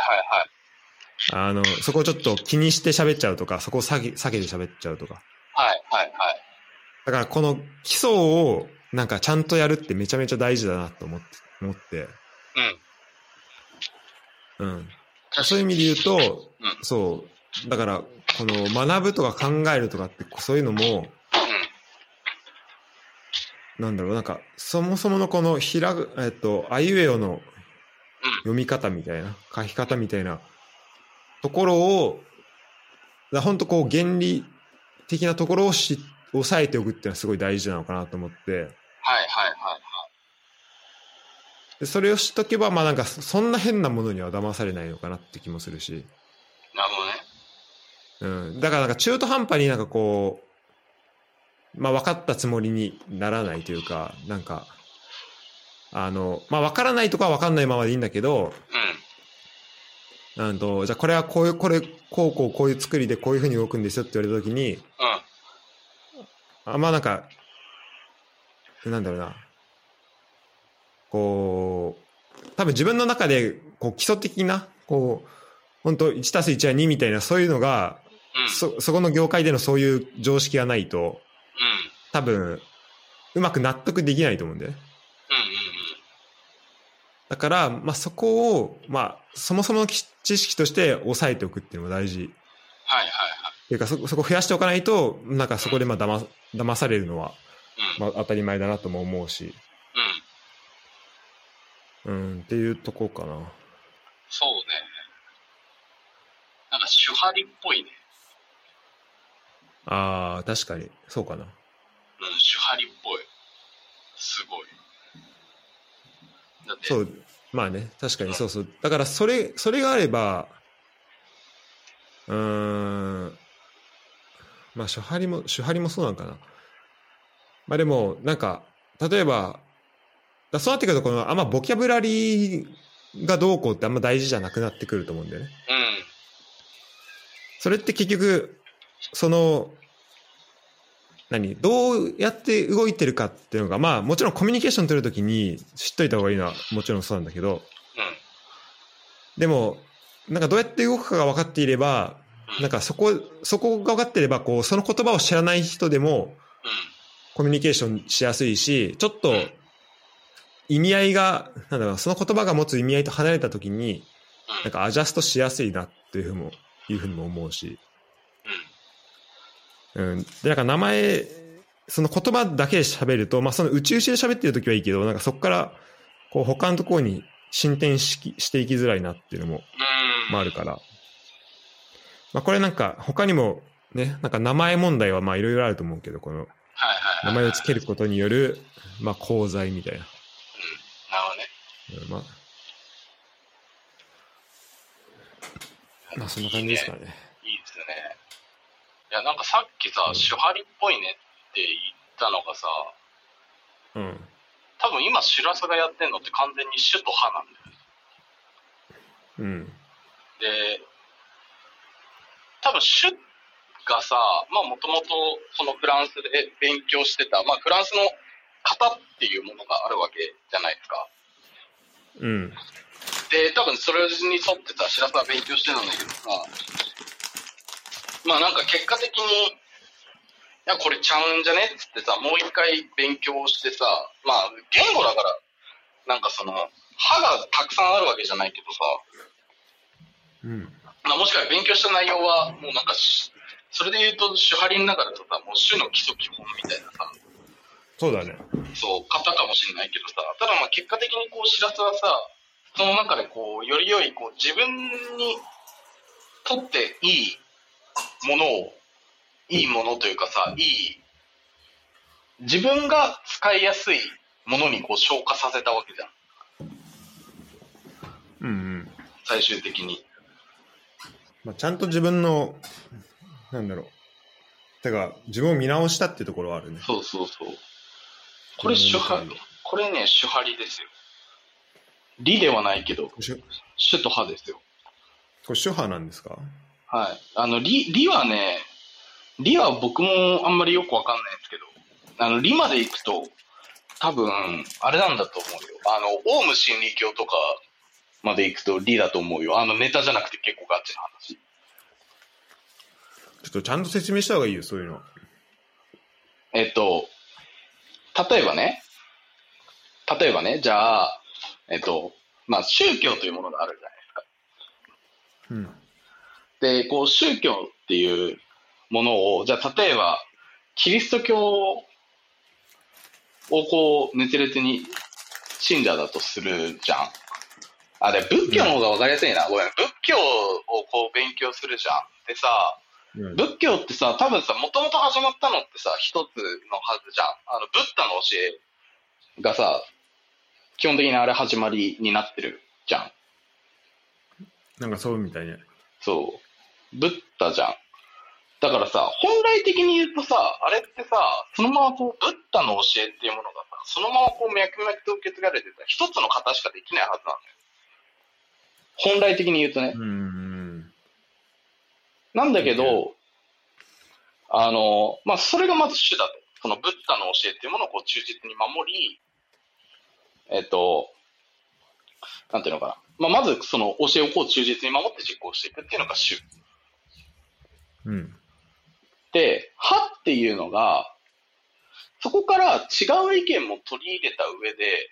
そこをちょっと気にして喋っちゃうとか、そこを避けて喋っちゃうとか。だからこの基礎をなんかちゃんとやるってめちゃめちゃ大事だなと思って。そういう意味で言うと、そう。だから、この学ぶとか考えるとかって、そういうのも、なんだろう、なんか、そもそものこのあいうえおの読み方みたいな、書き方みたいなところを、本当こう原理的なところを押さえておくっていうのはすごい大事なのかなと思って。でそれをしとけば、まあなんかそんな変なものには騙されないのかなって気もするし。 なるほどね。だからなんか中途半端になんかこう、まあ分かったつもりにならないというか、なんか、まあ分からないとかは分かんないままでいいんだけど、じゃあこれはこういう作りでこういう風に動くんですよって言われたときに、まあなんか、なんだろうな。こう、多分自分の中で、こう、基礎的な、こう、本当1たす1は2みたいな、そういうのが、そこの業界でのそういう常識がないと、多分、うまく納得できないと思うんだよね。だから、まあそこを、まあ、そもそもの知識として押さえておくっていうのも大事。っていうか、そこ増やしておかないと、なんかそこでまあ騙されるのは、まあ当たり前だなとも思うし。っていうとこかな。 そうね。なんか手張りっぽいね。 ああ、確かに。そうかな。 手張りっぽい。すごい。だってそう、まあね、確かにそうそう。だからそれがあれば、まあ手張りもそうなのかな。まあでも、なんか、例えば、そうなってくると、あんまボキャブラリーがどうこうってあんま大事じゃなくなってくると思うんだよね。それって結局、どうやって動いてるかっていうのが、まあもちろんコミュニケーション取るときに知っといた方がいいのはもちろんそうなんだけど、でも、なんかどうやって動くかが分かっていれば、なんかそこが分かっていれば、こう、その言葉を知らない人でも、コミュニケーションしやすいし、ちょっと、意味合いが、なんだろう、その言葉が持つ意味合いと離れたときに、なんかアジャストしやすいなっていうふうにも思うし。で、なんか名前、その言葉だけで喋ると、まあその内々で喋ってるときはいいけど、なんかそこから、こう他のところに進展していきづらいなっていうのも、まああるから。まあこれなんか他にもね、なんか名前問題はまあいろいろあると思うけど、この、名前をつけることによる、まあ功罪みたいな。まあそんな感じですかね。 いいですよね。いやなんかさっきさ、手張りっぽいねって言ったのがさ、多分今白洲がやってんのって完全に手と歯なんだよ。で、多分手がさ、まあもともとそのフランスで勉強してた、まあフランスの型っていうものがあるわけじゃないですか。で、多分それに沿ってさ、白洲は勉強してたんだけどさ、まあなんか結果的に、いや、これちゃうんじゃねっつってさ、もう一回勉強してさ、まあ言語だから、なんかその、歯がたくさんあるわけじゃないけどさ、まあもしかしたら勉強した内容は、もうなんか、それで言うと手張りの中だとさ、もう手の基礎基本みたいなさ、 そうだね。 そう、型かもしれないけどさ、ただまあ結果的にこう、白洲はさ、その中でこう、より良い、こう、自分にとっていいものというかさ、自分が使いやすいものにこう、消化させたわけじゃん。 最終的に。 まあ、ちゃんと自分の、なんだろう。てか、自分を見直したっていうところはあるね。 そうそうそう。これこれね、主張りですよ。理ではないけど、主と派ですよ。 これ主派なんですか？ はい。理はね、理は僕もあんまりよくわかんないんですけど、理まで行くと、多分、あれなんだと思うよ。オウム真理教とかまで行くと理だと思うよ。ネタじゃなくて結構ガチな話。 ちょっとちゃんと説明した方がいいよ、そういうの。 例えばね、じゃあ、まあ、宗教というものがあるじゃないですか。 うん。 で、こう、宗教っていうものを、じゃあ、例えば、キリスト教をこう、熱烈に信者だとするじゃん。で、仏教の方が分かりやすいな。ごめん。仏教をこう勉強するじゃん。でさ、仏教ってさ、多分さ、もともと始まったのってさ、一つのはずじゃん。ブッダの教えがさ、基本的にあれ始まりになってるじゃん。 なんかそうみたいね。 そう。ブッダじゃん。だからさ、本来的に言うとさ、あれってさ、そのままこう、ブッダの教えっていうものがさ、そのままこう、脈々と受け継がれてた一つの型しかできないはずなんだよ。本来的に言うとね。なんだけど、まあ、それがまず主だと。そのブッダの教えっていうものをこう忠実に守り、なんていうのかな。まあ、まずその教えをこう忠実に守って実行していくっていうのが主。 うん。 で、派っていうのが、そこから違う意見も取り入れた上で、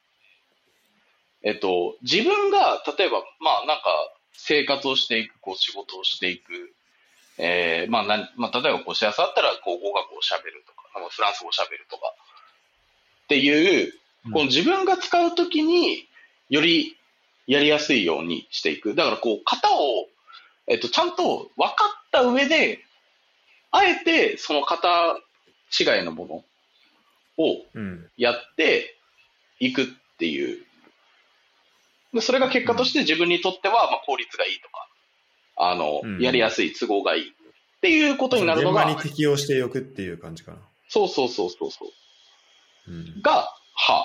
自分が、例えば、まあなんか、生活をしていく、こう仕事をしていく、まあ例えばこう幸せだったら、こう語学を喋るとか、フランス語を喋るとか、っていう、この自分が使うときによりやりやすいようにしていく。だからこう、型を、ちゃんと分かった上で、あえてその型違いのものをやっていくっていう。でそれが結果として自分にとってはまあ効率がいいとか、やりやすい、都合がいいっていうことになるのが。 現場に適応しておくっていう感じかな。 そうそうそうそうそう。が、派。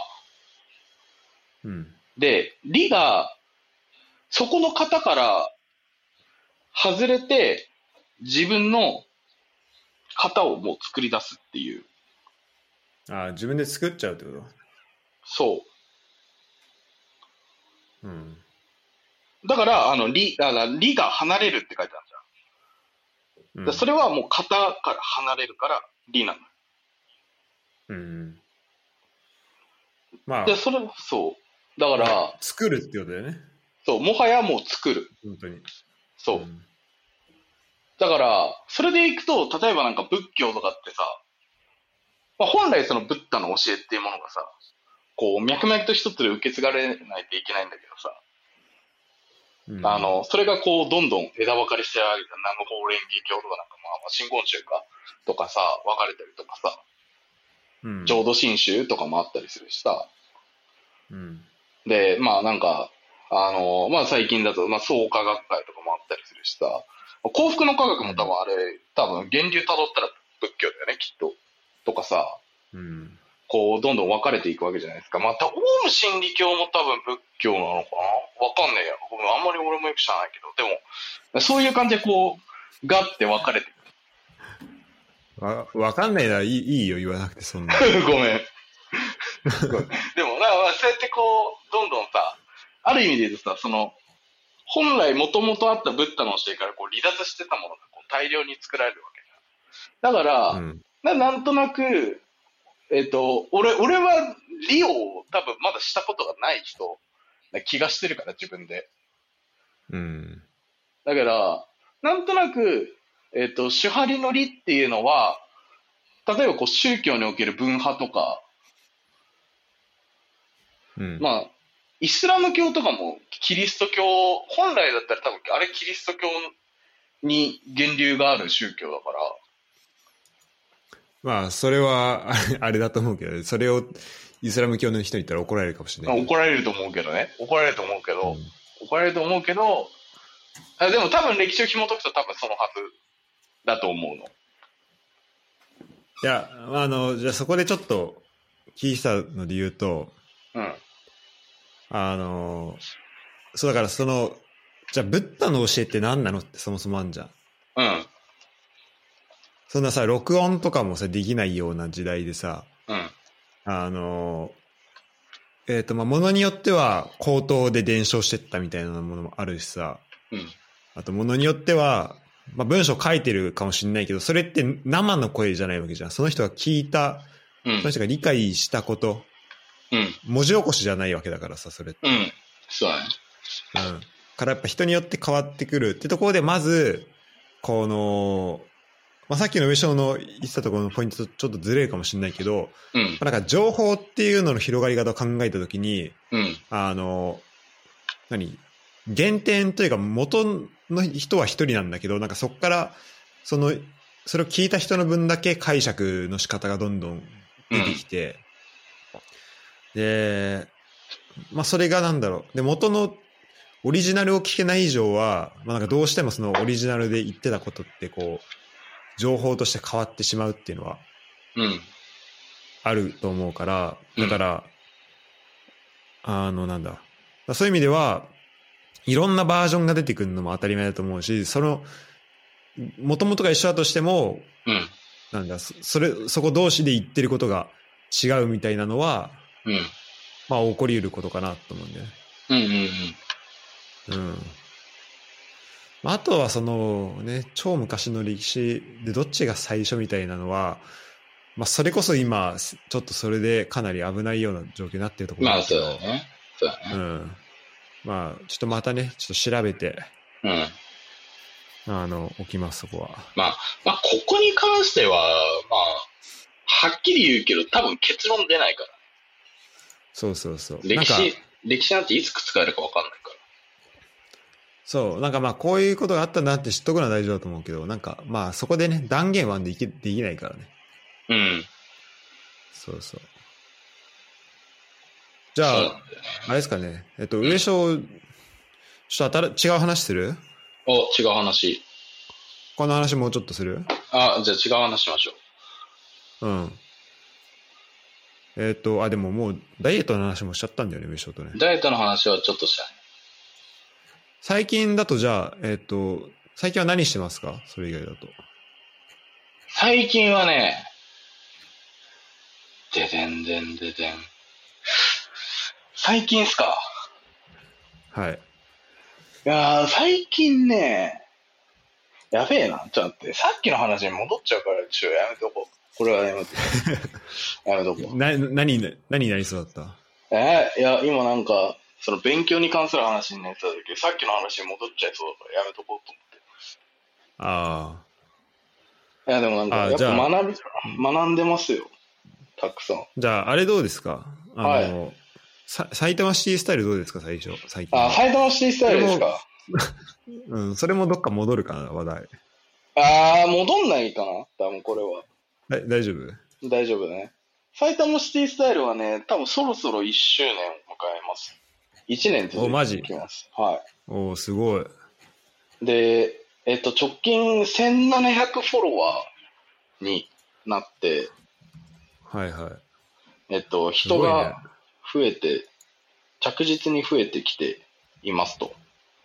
で、理が、そこの型から外れて、自分の型をもう作り出すっていう。 自分で作っちゃうってこと？ そう。だから、理が離れるって書いてあるじゃん。それはもう型から離れるから理なの。 まあ。 で、そう。だから、 作るってことだよね。 そう、もはやもう作る。 本当に。 そう。だから、それでいくと、例えばなんか仏教とかってさ、まあ、本来そのブッダの教えっていうものがさ、こう、脈々と一つで受け継がれないといけないんだけどさ、それがこう、どんどん枝分かれしてあげた南無法蓮華経とかなんか、まあ、真言宗か、とかさ、分かれたりとかさ、浄土真宗とかもあったりするしさ、で、まあなんか、まあ最近だと、まあ創価学会とかもあったりするしさ、幸福の科学も多分あれ、多分源流辿ったら仏教だよね、きっと。とかさ、こう、どんどん分かれていくわけじゃないですか。また、オウム真理教も多分仏教なのかな、わかんねえよ。あんまり俺もよく知らないけど、でも、そういう感じでこう、ガッて分かれていく。わかんないならいいよ、言わなくてそんな。 ごめん。でも、そうやってこう、どんどんさ、ある意味で言うとさ、その、本来もともとあったブッダの教えからこう離脱してたものがこう大量に作られるわけだ。だから、なんとなく、俺は理を多分まだしたことがない人な気がしてるから、自分で。だから、なんとなく、主張りの理っていうのは、例えばこう宗教における分派とか、まあ、イスラム教とかもキリスト教、本来だったら多分あれキリスト教に源流がある宗教だから。 まあ、それはあれだと思うけど、それをイスラム教の人に言ったら怒られるかもしれない。 怒られると思うけどね。怒られると思うけど、 怒られると思うけど、でも多分歴史を紐解くと多分そのはずだと思うの。 いや、じゃあそこでちょっと聞いたので言うと、 うん。 そうだからじゃあブッダの教えって何なのってそもそもあんじゃん。 うん。 そんなさ、録音とかもさ、できないような時代でさ、 うん。 ものによっては口頭で伝承してったみたいなものもあるしさ、 うん。 あとものによっては、文章書いてるかもしれないけど、それって生の声じゃないわけじゃん。その人が聞いた、その人が理解したこと、文字起こしじゃないわけだからさ、それって。 そうだね。 からやっぱ人によって変わってくるってところで、まず、さっきの上昇の言ってたところのポイントとちょっとずれるかもしれないけど、なんか情報っていうのの広がり方を考えたときに、原点というか元の人は一人なんだけど、なんかそこからそれを聞いた人の分だけ解釈の仕方がどんどん出てきて、で、それがで、元のオリジナルを聞けない以上は、なんかどうしてもそのオリジナルで言ってたことって情報として変わってしまうっていうのはあると思うから、だから、そういう意味ではいろんなバージョンが出てくるのも当たり前だと思うし、元々が一緒だとしても、そこ同士で言ってることが違うみたいなのは、起こり得ることかなと思うんだよね。あとは超昔の歴史でどっちが最初みたいなのは、それこそ今ちょっとそれでかなり危ないような状況になっているところだけど、 そうだね。そうだね。 ちょっとまたね、ちょっと調べて、置きます、そこは。 ここに関しては、はっきり言うけど、多分結論出ないから。 そうそうそう。 歴史なんていつ覆るか分かんないから。 そう、こういうことがあったんだって知っとくのは大事だと思うけど、そこでね、断言はできないからね。そうそう。じゃあ、あれですかね、上昇、ちょっと違う話する？ 違う話。 この話もうちょっとする？ じゃあ違う話しましょう。でももうダイエットの話もしちゃったんだよね、上昇とね。 ダイエットの話はちょっとしたい。 最近だとじゃあ、最近は何してますか？それ以外だと。 最近はね、最近っすか？ はい。 いやー、最近ね、やべえな。ちょっと待って、さっきの話に戻っちゃうから、やめとこう。これはやめとこう。やめとこう。 何なりそうだった？ いや、今その勉強に関する話になってた時、さっきの話に戻っちゃいそうだから、やめとこうと思って。いや、でもやっぱ学んでますよ。たくさん。 じゃあ、あれどうですか？埼玉シティスタイルどうですか、最近。 埼玉シティスタイルですか？ それもどっか戻るかな、話題。 戻んないかな多分これは。 大丈夫？ 大丈夫ね。埼玉シティスタイルはね、多分そろそろ1周年を迎えます。1年続いてきます。はい。 すごい。 で、直近1700フォロワーになって、 はいはい。 人が増えて、着実に増えてきていますと。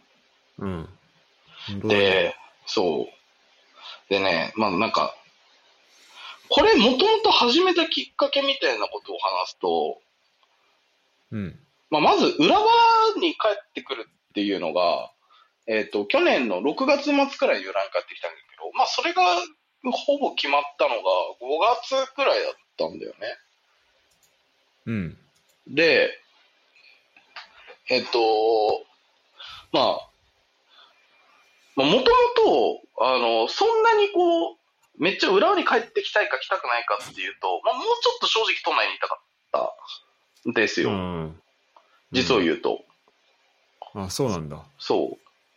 で、そう。でね、これもともと始めたきっかけみたいなことを話すと、まず裏側に帰ってくるっていうのが、去年の6月末くらいに裏に帰ってきたんだけど、それがほぼ決まったのが5月くらいだったんだよね。で、もともと、そんなにめっちゃ浦和に帰ってきたいか来たくないかっていうと、もうちょっと正直都内にいたかったんですよ。実を言うと。 そうなんだ。 そう。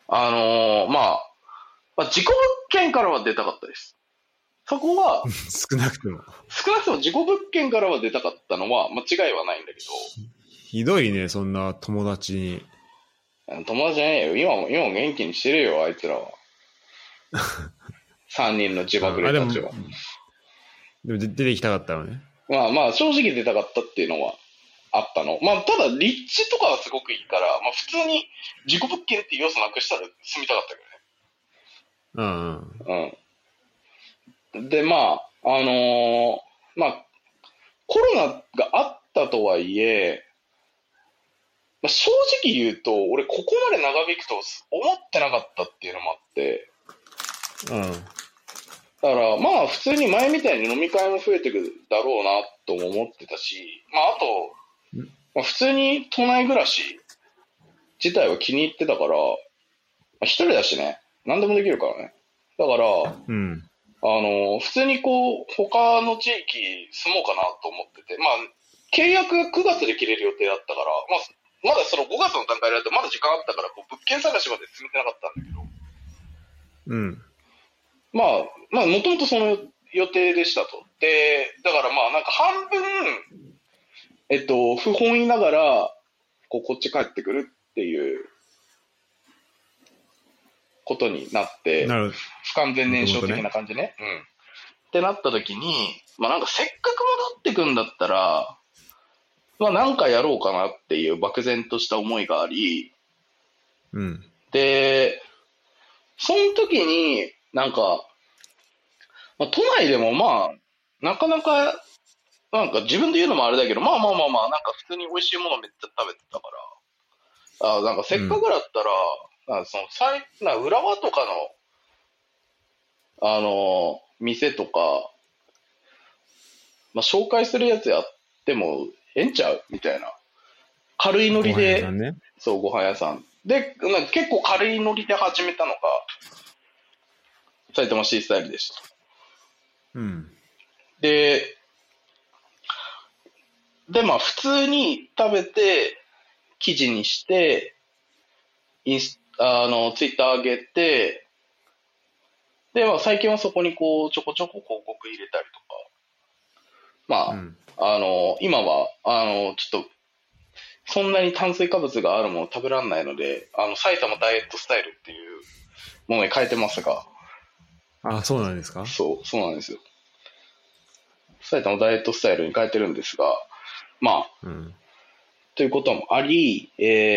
自己物件からは出たかったです。そこは、 少なくとも自己物件からは出たかったのは間違いはないんだけど。 ひどいね、そんな友達に。 友達じゃねえよ。今も元気にしてるよ、あいつらは。3人の自爆霊たちは。 でも出てきたかったのね。 まあ正直出たかったっていうのはあったの。まあただ立地とかはすごくいいから、まあ普通に事故物件っていう要素なくしたら住みたかったけどね。うん。で、まあまあコロナがあったとはいえ、まあ、正直言うと、俺ここまで長引くと思ってなかったっていうのもあって、だからまあ普通に前みたいに飲み会も増えてくるだろうなとも思ってたし、まああと、まあ、普通に都内暮らし自体は気に入ってたから、まあ、一人だしね、何でもできるからね。だから、普通にこう、他の地域住もうかなと思ってて、まあ、契約9月で切れる予定だったから、まだその5月の段階だとまだ時間あったから、こう物件探しまで進めてなかったんだけど、まあ、もともとその予定でしたと。で、だからまあ、なんか半分、不本意ながら、こっち帰ってくるっていうことになって、不完全燃焼的な感じね。ってなった時に、まあなんかせっかく戻ってくんだったら、まあなんかやろうかなっていう漠然とした思いがあり、で、その時になんか、まあ、都内でもまあ、なかなか、なんか自分で言うのもあれだけど、まあ、なんか普通に美味しいものめっちゃ食べてたから、なんかせっかくだったら、その浦和とかの、店とか、まあ、紹介するやつやってもええんちゃうみたいな。軽いノリで、そう、ご飯屋さん。で、なんか結構軽いノリで始めたのが、埼玉シースタイルでした。で、まあ普通に食べて、記事にして、ツイッター上げて、で、まあ最近はそこにこう、ちょこちょこ広告入れたりとか、まあ、今は、ちょっと、そんなに炭水化物があるもの食べられないので、埼玉ダイエットスタイルっていうものに変えてますが。 あ、そうなんですか？ そうなんですよ。埼玉ダイエットスタイルに変えてるんですが、まあ、ということもあり、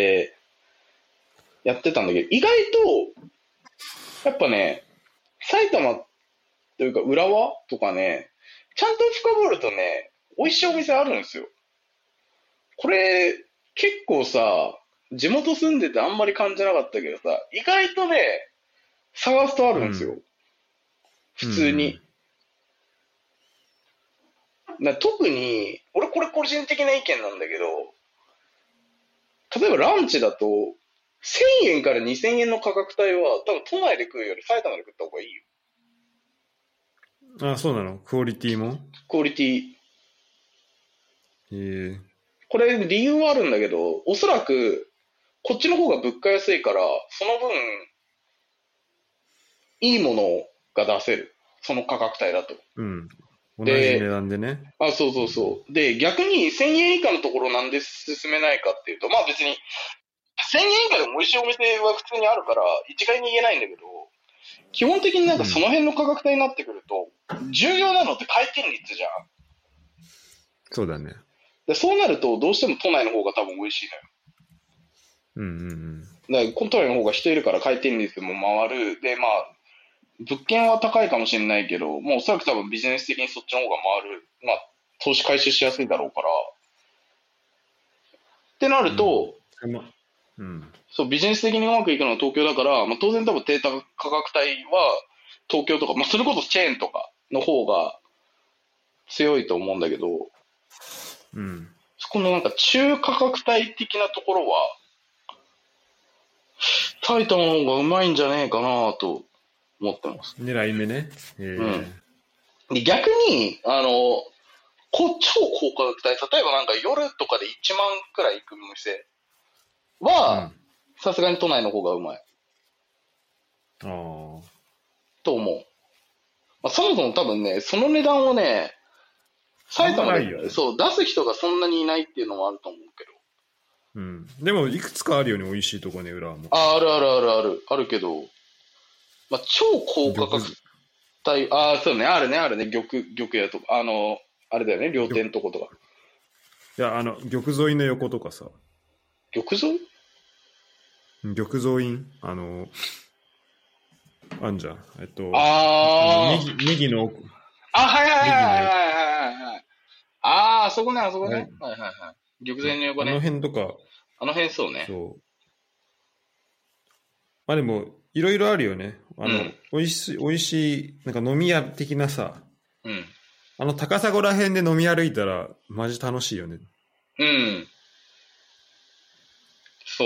やってたんだけど、意外と、やっぱね、埼玉というか浦和とかね、ちゃんと深掘るとね、美味しいお店あるんですよ。これ、結構さ、地元住んでてあんまり感じなかったけどさ、意外とね、探すとあるんですよ。普通に。特に、俺これ個人的な意見なんだけど、例えばランチだと、1000円から2000円の価格帯は、多分都内で食うより埼玉で食った方がいいよ。あ、そうなの？クオリティも？ クオリティ。これ理由はあるんだけど、おそらく、こっちの方が物価安いから、その分、いいものが出せる。その価格帯だと。 同じ値段でね。 そう。で、逆に1000円以下のところなんで進めないかっていうと、まあ別に、1000円以下でも美味しいお店は普通にあるから、一概に言えないんだけど、基本的になんかその辺の価格帯になってくると、重要なのって回転率じゃん。 そうだね。 でそうなると、どうしても都内の方が多分美味しいのよ。だから都内の方が人いるから回転率も回る。で、まあ、物件は高いかもしれないけど、もうおそらく多分ビジネス的にそっちの方が回る。まあ、投資回収しやすいだろうから。ってなると、そう、ビジネス的にうまくいくのは東京だから、まあ、当然多分低価格帯は東京とか、まあ、それこそチェーンとかの方が強いと思うんだけど、そこのなんか中価格帯的なところは、埼玉の方がうまいんじゃねえかなと思ってます。 狙い目ね。 で逆に、超高価格帯、例えばなんか夜とかで1万くらい行く店は、さすがに都内の方がうまい。と思う。まあ、そもそも多分ね、その値段をね、埼玉で、そう、出す人がそんなにいないっていうのもあると思うけうん。でも、いくつかあるよね、美味しいとこね、浦和も。 あるあるあるある。あるけど、まあ、超高価格帯、そうね、あるね、あるね、玉屋とか、あれだよね、両店とことか。 いや、玉沿いの横とかさ。 玉沿い？ 玉沿いあんじゃん。ネギの奥。 はいはいはいはい。そこね、あそこね。はいはいはい。玉前の横ね。 あの辺とか。 あの辺そうね。 そう。まあでも、いろいろあるよね。美味しい、なんか飲み屋的なさ。 うん。 高砂ら辺で飲み歩いたら、マジ楽しいよね。 うん。そう。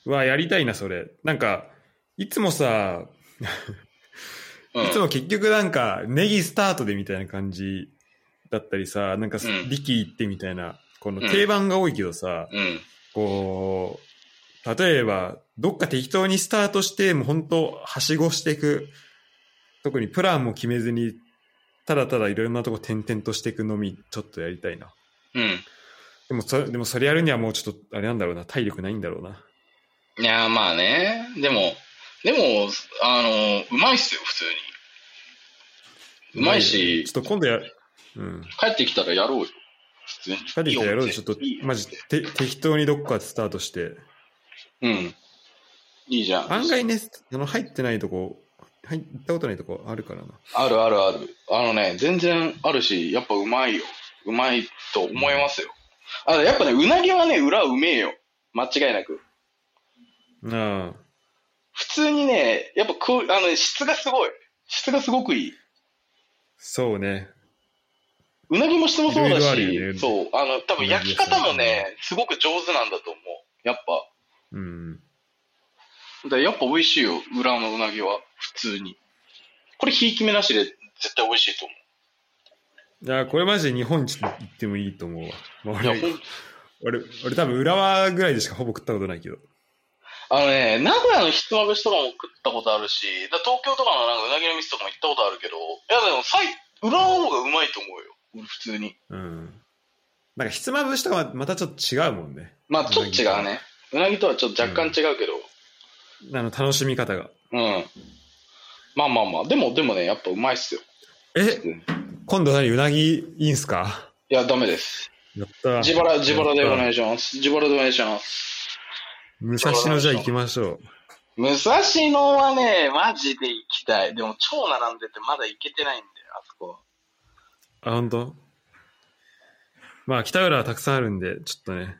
うわ、やりたいな、それ。なんか、いつもさ、いつも結局なんか、ネギスタートでみたいな感じだったりさ、なんか、力行ってみたいな、この定番が多いけどさ、こう、例えば、どっか適当にスタートして、もう本当はしごしていく、特にプランも決めずに、ただただいろんなとこ転々としていくのみ、ちょっとやりたいな。 うん。 でもそれやるにはもうちょっと、あれなんだろうな、体力ないんだろうな。 いや、まあね。でも、うまいっすよ、普通に。うまいし、 ちょっと今度帰ってきたらやろうよ。普通に。 帰ってきたらやろうよ。ちょっと、マジ適当にどっかスタートして。 うん。いいじゃん。 案外ね、入ってないとこ、行ったことないとこあるからな。 あるあるある。全然あるし、やっぱうまいよ。うまいと思いますよ。やっぱね、うなぎはね、裏うめえよ。間違いなく。 ああ。 普通にね、やっぱ質がすごい。質がすごくいい。 そうね。 うなぎも質もそうだし、 いろいろあるよね、 そう、多分焼き方もね、すごく上手なんだと思う。やっぱ。 うん。 やっぱ美味しいよ、裏のうなぎは。普通に。これ、ひいき目なしで絶対美味しいと思う。 いや、これマジで日本一行ってもいいと思うわ。まあ、俺多分浦和ぐらいでしかほぼ食ったことないけど。 名古屋のひつまぶしとかも食ったことあるし、東京とかのなんかうなぎの店とかも行ったことあるけど、いやでも裏の方がうまいと思うよ。普通に。 うん。なんかひつまぶしとかはまたちょっと違うもんね。 まあちょっと違うね。うなぎとはちょっと若干違うけど。 楽しみ方が。 うん。まあ。でもね、やっぱうまいっすよ。 今度うなぎいいんすか？ いや、ダメです。 やった。 自腹でお願いします。自腹でお願いします。 武蔵野じゃ行きましょう。武蔵野はね、マジで行きたい。でも超並んでてまだ行けてないんだよ、あそこ。 本当？まあ、北浦はたくさんあるんで、ちょっとね、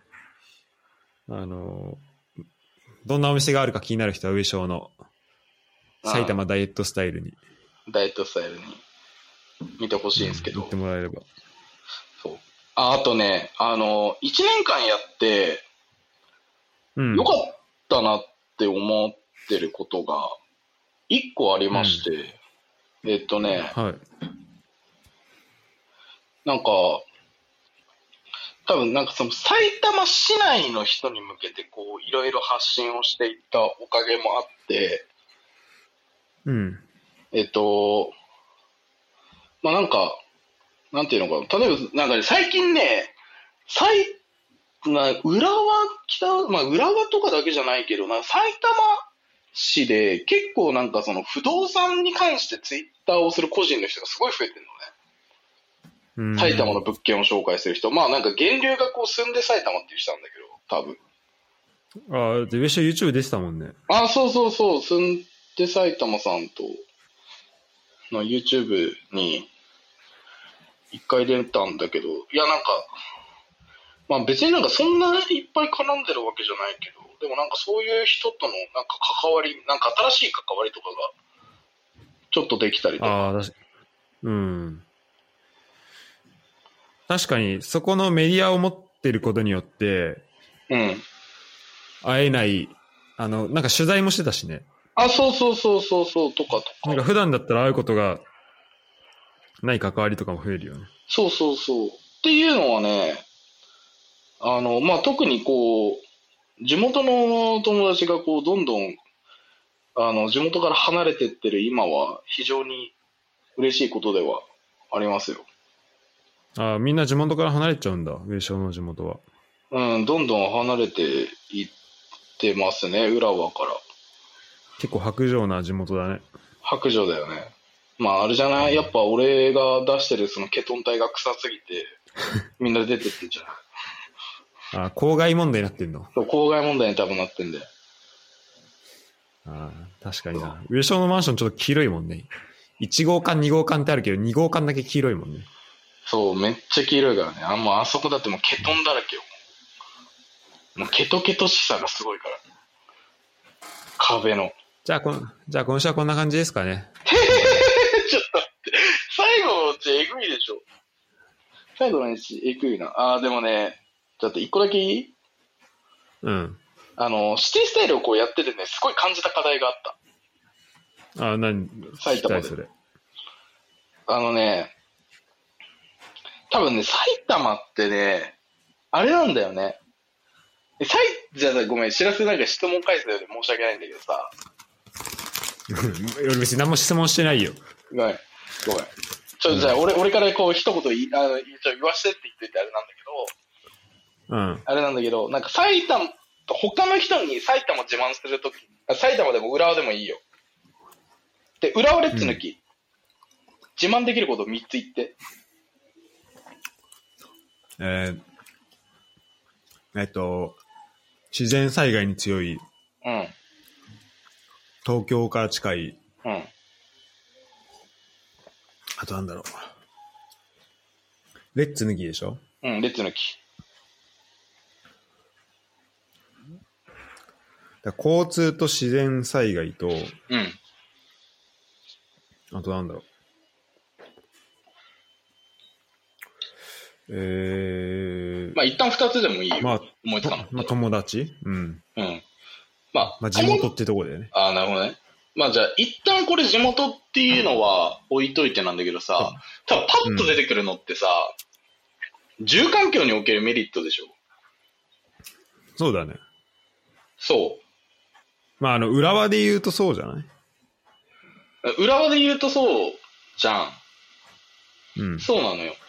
どんなお店があるか気になる人は上昇の埼玉ダイエットスタイルに。 ダイエットスタイルに見てほしいんですけど。 行ってもらえれば。 そう。あとね、1年間やって、よかったなって思ってることが1個ありまして、 はい。 なんか、多分なんかその埼玉市内の人に向けてこういろいろ発信をしていったおかげもあって、まあなんか、なんていうのかな、例えばなんかね、最近ね、浦和とかだけじゃないけどな、埼玉市で結構なんかその不動産に関してツイッターをする個人の人がすごい増えてるのね。埼玉の物件を紹介する人。まあなんか源流がこう住んで埼玉っていう人なんだけど、多分。 で、上昇 YouTube 出てたもんね。 そう。住んで埼玉さんとの YouTube に一回出たんだけど、いやなんか、まあ別になんかそんないっぱい絡んでるわけじゃないけど、でもなんかそういう人とのなんか関わり、なんか新しい関わりとかがちょっとできたりとか。 確かにそこのメディアを持ってることによって、会えない、なんか取材もしてたしね。 そうとか。 なんか普段だったら会うことがない関わりとかも増えるよね。 そう。っていうのはね、まあ特にこう、地元の友達がこうどんどん地元から離れてってる今は非常に嬉しいことではありますよ。 みんな地元から離れちゃうんだ、上昇の地元は。 うん、どんどん離れていってますね、浦和から。 結構白状な地元だね。 白状だよね。まああれじゃない、やっぱ俺が出してるそのケトン体が臭すぎて、みんな出てってんじゃん。 あ、公害問題になってんの？ そう、公害問題に多分なってんだよ。 ああ、確かにな。上昇のマンションちょっと黄色いもんね。1号館、2号館ってあるけど、2号館だけ黄色いもんね。 そう、めっちゃ黄色いからね。もうあそこだってもうケトンだらけよ。もうケトケトしさがすごいから。壁の。 じゃあ今週はこんな感じですかね。 ちょっと待って。最後のうちえぐいでしょ。最後のうちえぐいな。でもね、ちょっと一個だけいい？ うん。 シティスタイルをこうやっててね、すごい感じた課題があった。 埼玉で。それ。 多分ね、埼玉ってね、あれなんだよね。じゃあごめん、知らせなんか質問返すようで申し訳ないんだけどさ。 俺別に何も質問してないよ。 ごめん。じゃあ俺からこう一言言わしてって言っといてあれなんだけど、あれなんだけど、なんか他の人に埼玉自慢するとき、埼玉でも浦和でもいいよ。で、浦和レッズ抜き、自慢できることを3つ言って。 自然災害に強い。 うん。 東京から近い。 うん。 あとなんだろう。レッツ抜きでしょ？ うん、レッツ抜き。 交通と自然災害と、 うん。 あとなんだろう。 まあ一旦2つでもいいよ。 まあ、 思いつかな。 まあ友達？うん。 うん。まあ地元ってとこだよね。 なるほどね。まあじゃあ一旦これ地元っていうのは置いといてなんだけどさ、多分パッと出てくるのってさ、住環境におけるメリットでしょ。 そうだね。 そう。 まあ浦和で言うとそうじゃない？ 浦和で言うとそうじゃん。 うん。 そうなのよ。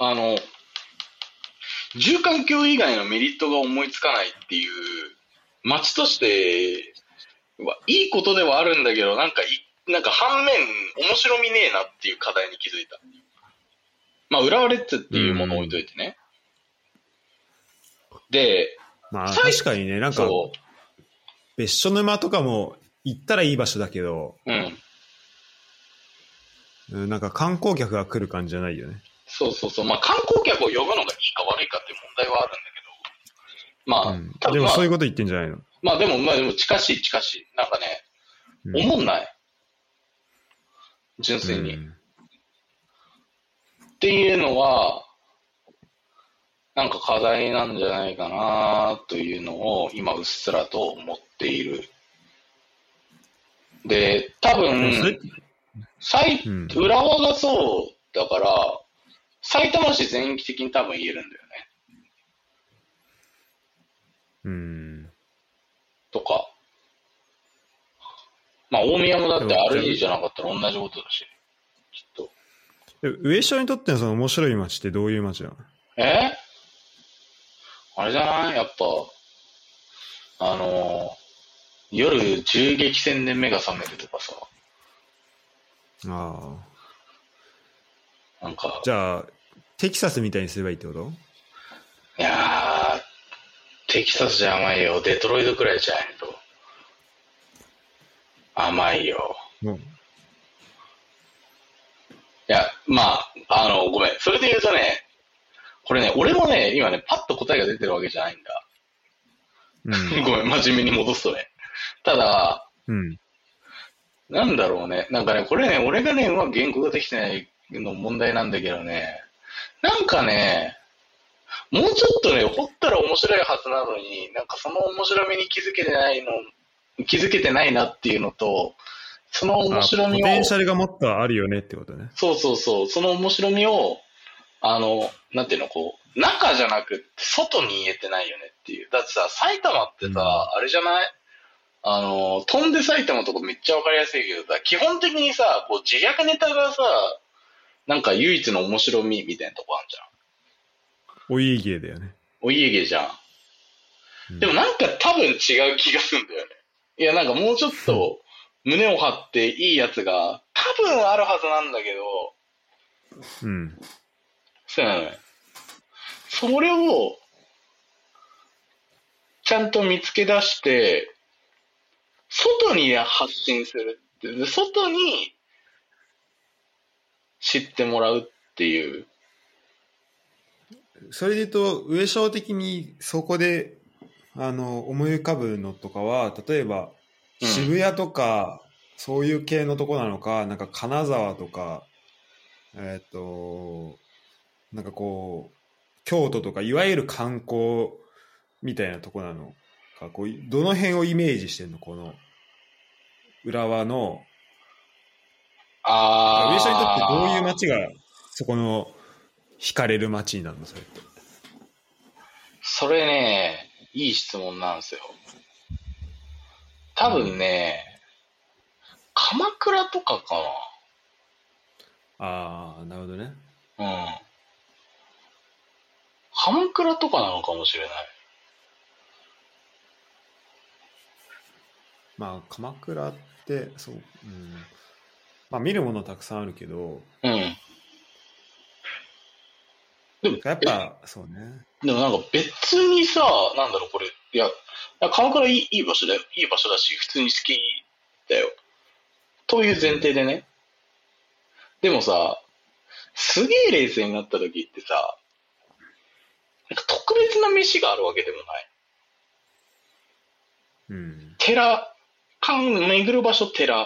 住環境以外のメリットが思いつかないっていう、街としてはいいことではあるんだけど、なんか反面面白みねえなっていう課題に気づいた。まあ浦和レッズっていうものを置いといてね。で、 まあ確かにね、なんか別所沼とかも行ったらいい場所だけど、なんか観光客が来る感じじゃないよね。 そう。まあ観光客を呼ぶのがいいか悪いかっていう問題はあるんだけど、 でもそういうこと言ってんじゃないの？ まあでも近しい。なんかね、思んない。純粋に。っていうのは、なんか課題なんじゃないかなというのを今うっすらと思っている。で、多分、浦和がそうだから、埼玉市全域的に多分言えるんだよね。とか。まあ大宮もだって RG じゃなかったら同じことだし、きっと。 上昇にとってのその面白い街ってどういう街なの？ あれじゃない？やっぱ、夜銃撃戦で目が覚めるとかさ。なんか。 じゃあ、テキサスみたいにすればいいってこと？ いやー、テキサスじゃ甘いよ。デトロイトくらいじゃないと。甘いよ。いや、まあ、ごめん。それで言うとね、これね、俺もね、今ね、パッと答えが出てるわけじゃないんだ。ごめん、真面目に戻すとね。ただ、なんだろうね。なんかね、これね、俺がね、うまく言語ができてないの問題なんだけどね、なんかね、もうちょっとね、掘ったら面白いはずなのに、なんかその面白みに気づけてないなっていうのと、その面白みを。 ポテンシャルがもっとあるよねってことね。 そう。その面白みを、なんていうの、中じゃなく外に言えてないよねっていう。だってさ、埼玉ってさ、あれじゃない？飛んで埼玉とかめっちゃわかりやすいけどさ、基本的にさ、自虐ネタがさ、なんか唯一の面白みみたいなとこあるじゃん。 お家芸だよね。 お家芸じゃん。 でもなんか多分違う気がするんだよね。いや、なんかもうちょっと胸を張っていいやつが多分あるはずなんだけど、 うん。 そうやね。それをちゃんと見つけ出して、外に発信するって、外に知ってもらうっていう。 それで言うと、上昇的にそこで、思い浮かぶのとかは、例えば、渋谷とか、そういう系のとこなのか、なんか金沢とか、なんかこう、京都とか、いわゆる観光みたいなとこなのか、こう、どの辺をイメージしてんのこの、浦和の、上昇にとってどういう街が、そこの、惹かれる街になるのそれって。 それね、いい質問なんですよ。多分ね、鎌倉とかかな。ああ、なるほどね。 うん。鎌倉とかなのかもしれない。 まあ、鎌倉って、そう、うん。まあ、見るものたくさんあるけど、 うん。でも、 やっぱ、そうね。 でもなんか別にさ、なんだろう、これ。いや、鎌倉いい場所だよ。いい場所だし、普通に好きだよ。という前提でね。でもさ、すげえ冷静になった時ってさ、なんか特別な飯があるわけでもない。 うん。 寺、巡る場所寺。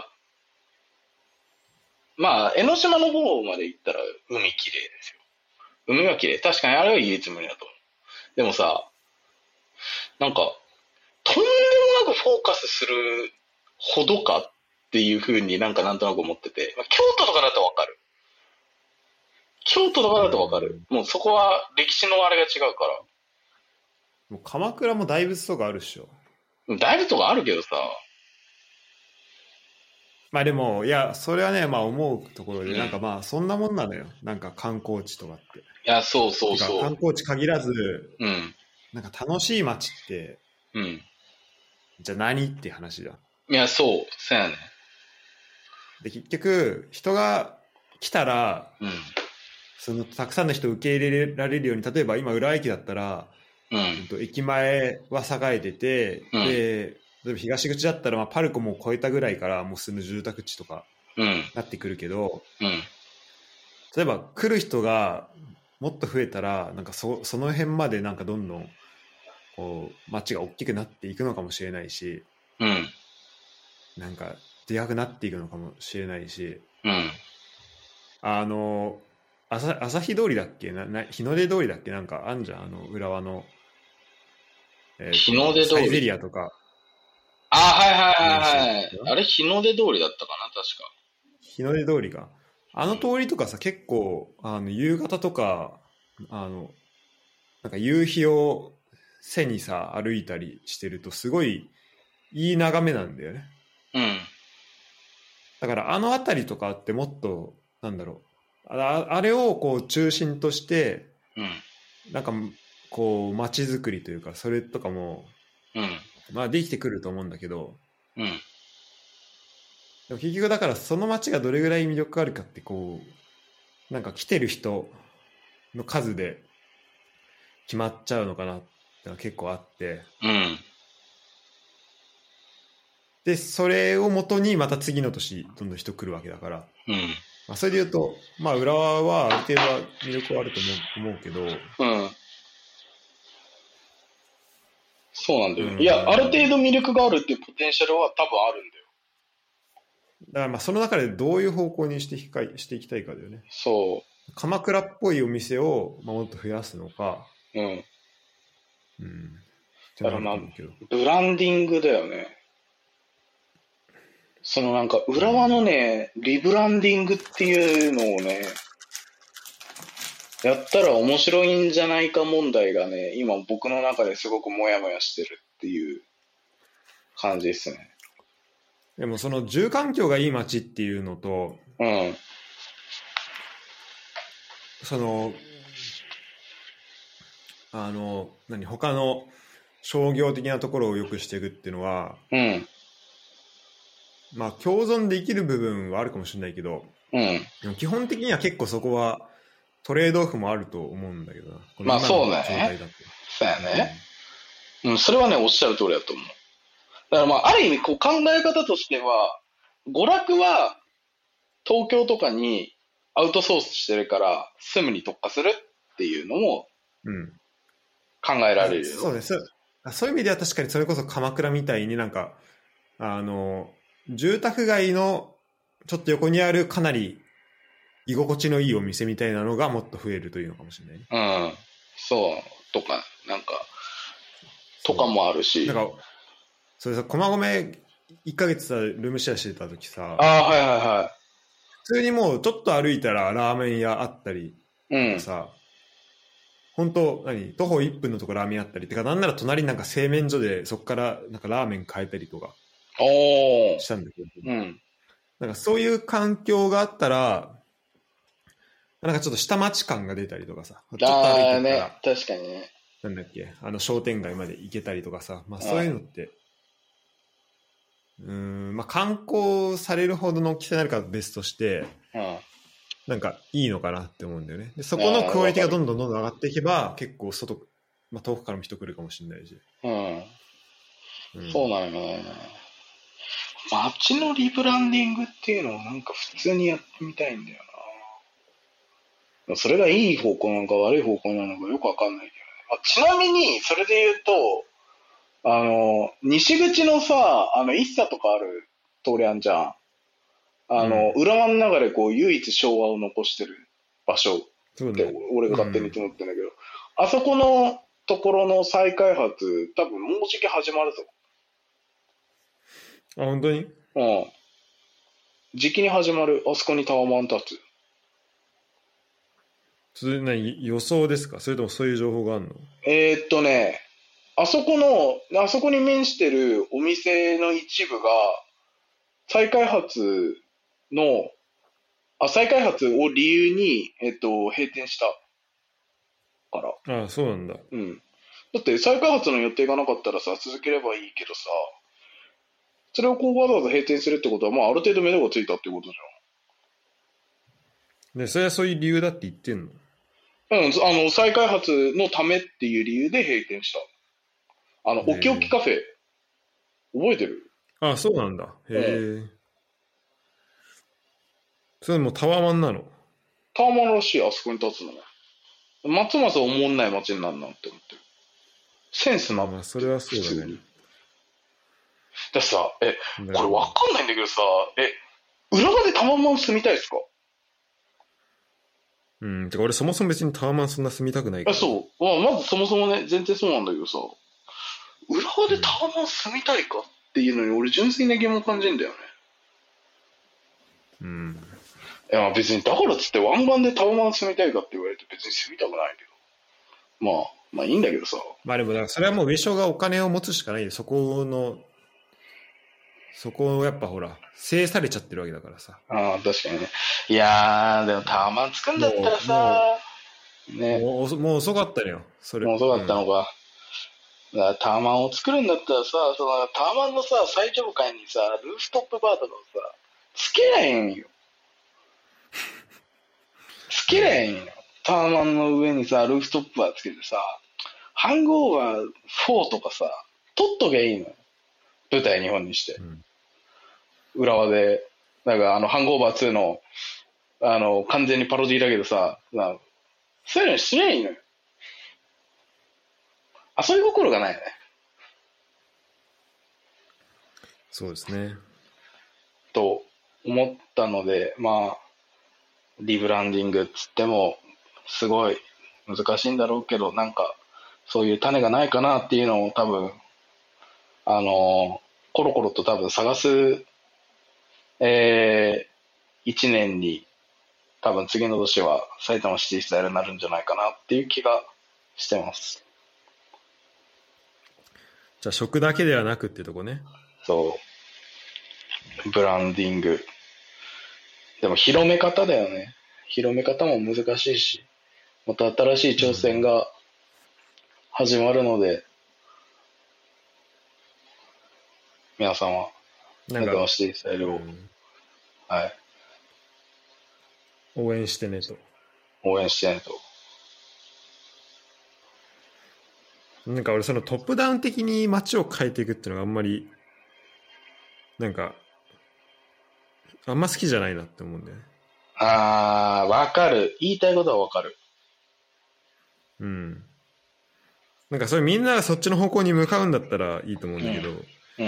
まあ、江ノ島の方まで行ったら海綺麗ですよ。海は綺麗。確かにあれは唯一無二だと思う。でもさ、なんか、とんでもなくフォーカスするほどかっていう風になんとなく思ってて、まあ、京都とかだとわかる。京都とかだとわかる。もうそこは歴史のあれが違うから。 もう鎌倉も大仏とかあるっしょ。 大仏とかあるけどさ。 まあでも、いや、それはね、まあ思うところで、なんかまあそんなもんなのよ。なんか観光地とかって。いや、そうそうそう。 観光地限らず、 うん。 なんか楽しい街って、 うん。 じゃあ何って話だ。 いや、そうやね。 で、結局、人が来たら、 うん。 そのたくさんの人を受け入れられるように、例えば今浦和駅だったら、駅前は栄えてて、で例えば東口だったら、まあ、パルコも超えたぐらいからもう住む住宅地とかなってくるけど、例えば来る人がもっと増えたらなんかその辺までなんかどんどんこう街が大きくなっていくのかもしれないし、なんかでかくなっていくのかもしれないし、朝日通りだっけ日の出通りだっけなんかあんじゃん浦和の、 日の出通りサイゼリアとか。 はい。あれ日の出通りだったかな確か。 日の出通りが。あの通りとかさ、結構夕方とかなんか夕日を背にさ歩いたりしてるとすごいいい眺めなんだよね。だからあの辺りとかってもっとなんだろうあれをこう中心として、なんかこう街づくりというかそれとかも、まあできてくると思うんだけど、でも結局だからその街がどれぐらい魅力があるかってこうなんか来てる人の数で決まっちゃうのかなってのは結構あって、でそれをもとにまた次の年どんどん人来るわけだから、まあ、それで言うとまあ浦和はある程度は魅力はあると思うけど、 そうなんだよね。いや、ある程度魅力があるっていうポテンシャルは多分あるんだよ。 だからまあその中でどういう方向にしていきたいかだよね。 そう。 鎌倉っぽいお店をもっと増やすのか。 だからまあ、ブランディングだよね。そのなんか浦和のね、リブランディングっていうのをね、やったら面白いんじゃないか問題がね、今僕の中ですごくモヤモヤしてるっていう感じですね。 でもその住環境がいい街っていうのと、その他の商業的なところを良くしていくっていうのは、 うん。 まあ共存できる部分はあるかもしれないけど、 うん。 でも基本的には結構そこはトレードオフもあると思うんだけどな。 まあそうね。そうやね。うん、それはね、おっしゃる通りだと思う。だからまあ、ある意味こう考え方としては、娯楽は東京とかにアウトソースしてるから住むに特化するっていうのも考えられるよ、 そうです。そういう意味では確かにそれこそ鎌倉みたいになんか住宅街のちょっと横にあるかなり居心地のいいお店みたいなのがもっと増えるというのかもしれないね。 うん。そうとかなんかとかもあるし。 なんかそれさ、駒込1ヶ月さルームシェアしてた時さ、 はいはいはい。 普通にもうちょっと歩いたらラーメン屋あったりとかさ、本当徒歩1分のとこラーメンあったりてか、なんなら隣になんか製麺所でそこからなんかラーメン買えたりとかしたんだけど、なんかそういう環境があったらなんかちょっと下町感が出たりとかさ、ちょっと歩いてったら、 ね、確かにね、 なんだっけ、商店街まで行けたりとかさ、まあそういうのってまあ観光されるほどの大きさになるか別として、なんかいいのかなって思うんだよね。でそこのクオリティがどんどん上がっていけば結構まあ、遠くからも人来るかもしれないし。 そうなのよね。街のリブランディングっていうのをなんか普通にやってみたいんだよな。それがいい方向なのか悪い方向なのかよくわかんないけどね。ちなみにそれで言うと、西口のさ、一茶とかある通りあんじゃん。浦和の中でこう唯一昭和を残してる場所って俺が勝手に思ってんだけど、あそこのところの再開発多分もうじき始まるぞ。 あ、本当に？ 時期に始まる。あそこにタワマン立つ。 それ予想ですか？それともそういう情報があるの？ あそこに面してるお店の一部が再開発を理由に、閉店したから。 ああ、そうなんだ。 だって再開発の予定がなかったらさ、続ければいいけどさ、それをこうわざわざ閉店するってことは、まあある程度目処がついたってことじゃん。ね、それはそういう理由だって言ってんの？ 再開発のためっていう理由で閉店した。おきおきカフェ。覚えてる？ ああ、そうなんだ。へえ。それもうタワマンなの？ タワマンらしい、あそこに立つの。ますますおもんない街になるなって思ってる。センスなって。 まあ、それはそうだね。 だってさ、これわかんないんだけどさ、浦和でタワマン住みたいですか？ てか俺そもそも別にタワマンそんな住みたくないから。 そう。まずそもそもね、前提そうなんだけどさ、浦和でタワマン住みたいかっていうのに俺純粋な疑問感じるんだよね。いや別にだからっつって湾岸でタワマン住みたいかって言われて別に住みたくないけど。まあいいんだけどさ。 まあでもだからそれはもう上昇がお金を持つしかないで、そこをやっぱほら制されちゃってるわけだからさ。 確かにね。いやでもタワマン作るんだったらさ、 ね、もう遅かったのよ。それもう遅かったのか。だからタワマンを作るんだったらさ、そのタワマンのさ最上階にさルーフトップバーとかをさつけないんよ。つけないんよ。タワマンの上にさルーフトップバーつけてさ、ハングオーバー4とかさ取っときゃいいのよ。舞台日本にして。浦和で、なんかハングオーバー2の、完全にパロディだけどさ、そういうのしないのよ。遊び心がないよね。 そうですね。 と思ったので、まあ、リブランディングっつっても、すごい難しいんだろうけど、なんか、そういう種がないかなっていうのを多分、コロコロと多分探す、1年に多分次の年は埼玉シティスタイルになるんじゃないかなっていう気がしてます。 じゃあ食だけではなくってとこね。 そう。ブランディング。でも広め方だよね。広め方も難しいし、また新しい挑戦が始まるので、 皆さんは。ネタをしていスタイルを、はい。 応援してねと。 応援してねと。 なんか俺そのトップダウン的に街を変えていくっていうのがあんまりなんかあんま好きじゃないなって思うんだよね。 わかる。言いたいことはわかる。 うん。なんかそれみんながそっちの方向に向かうんだったらいいと思うんだけど、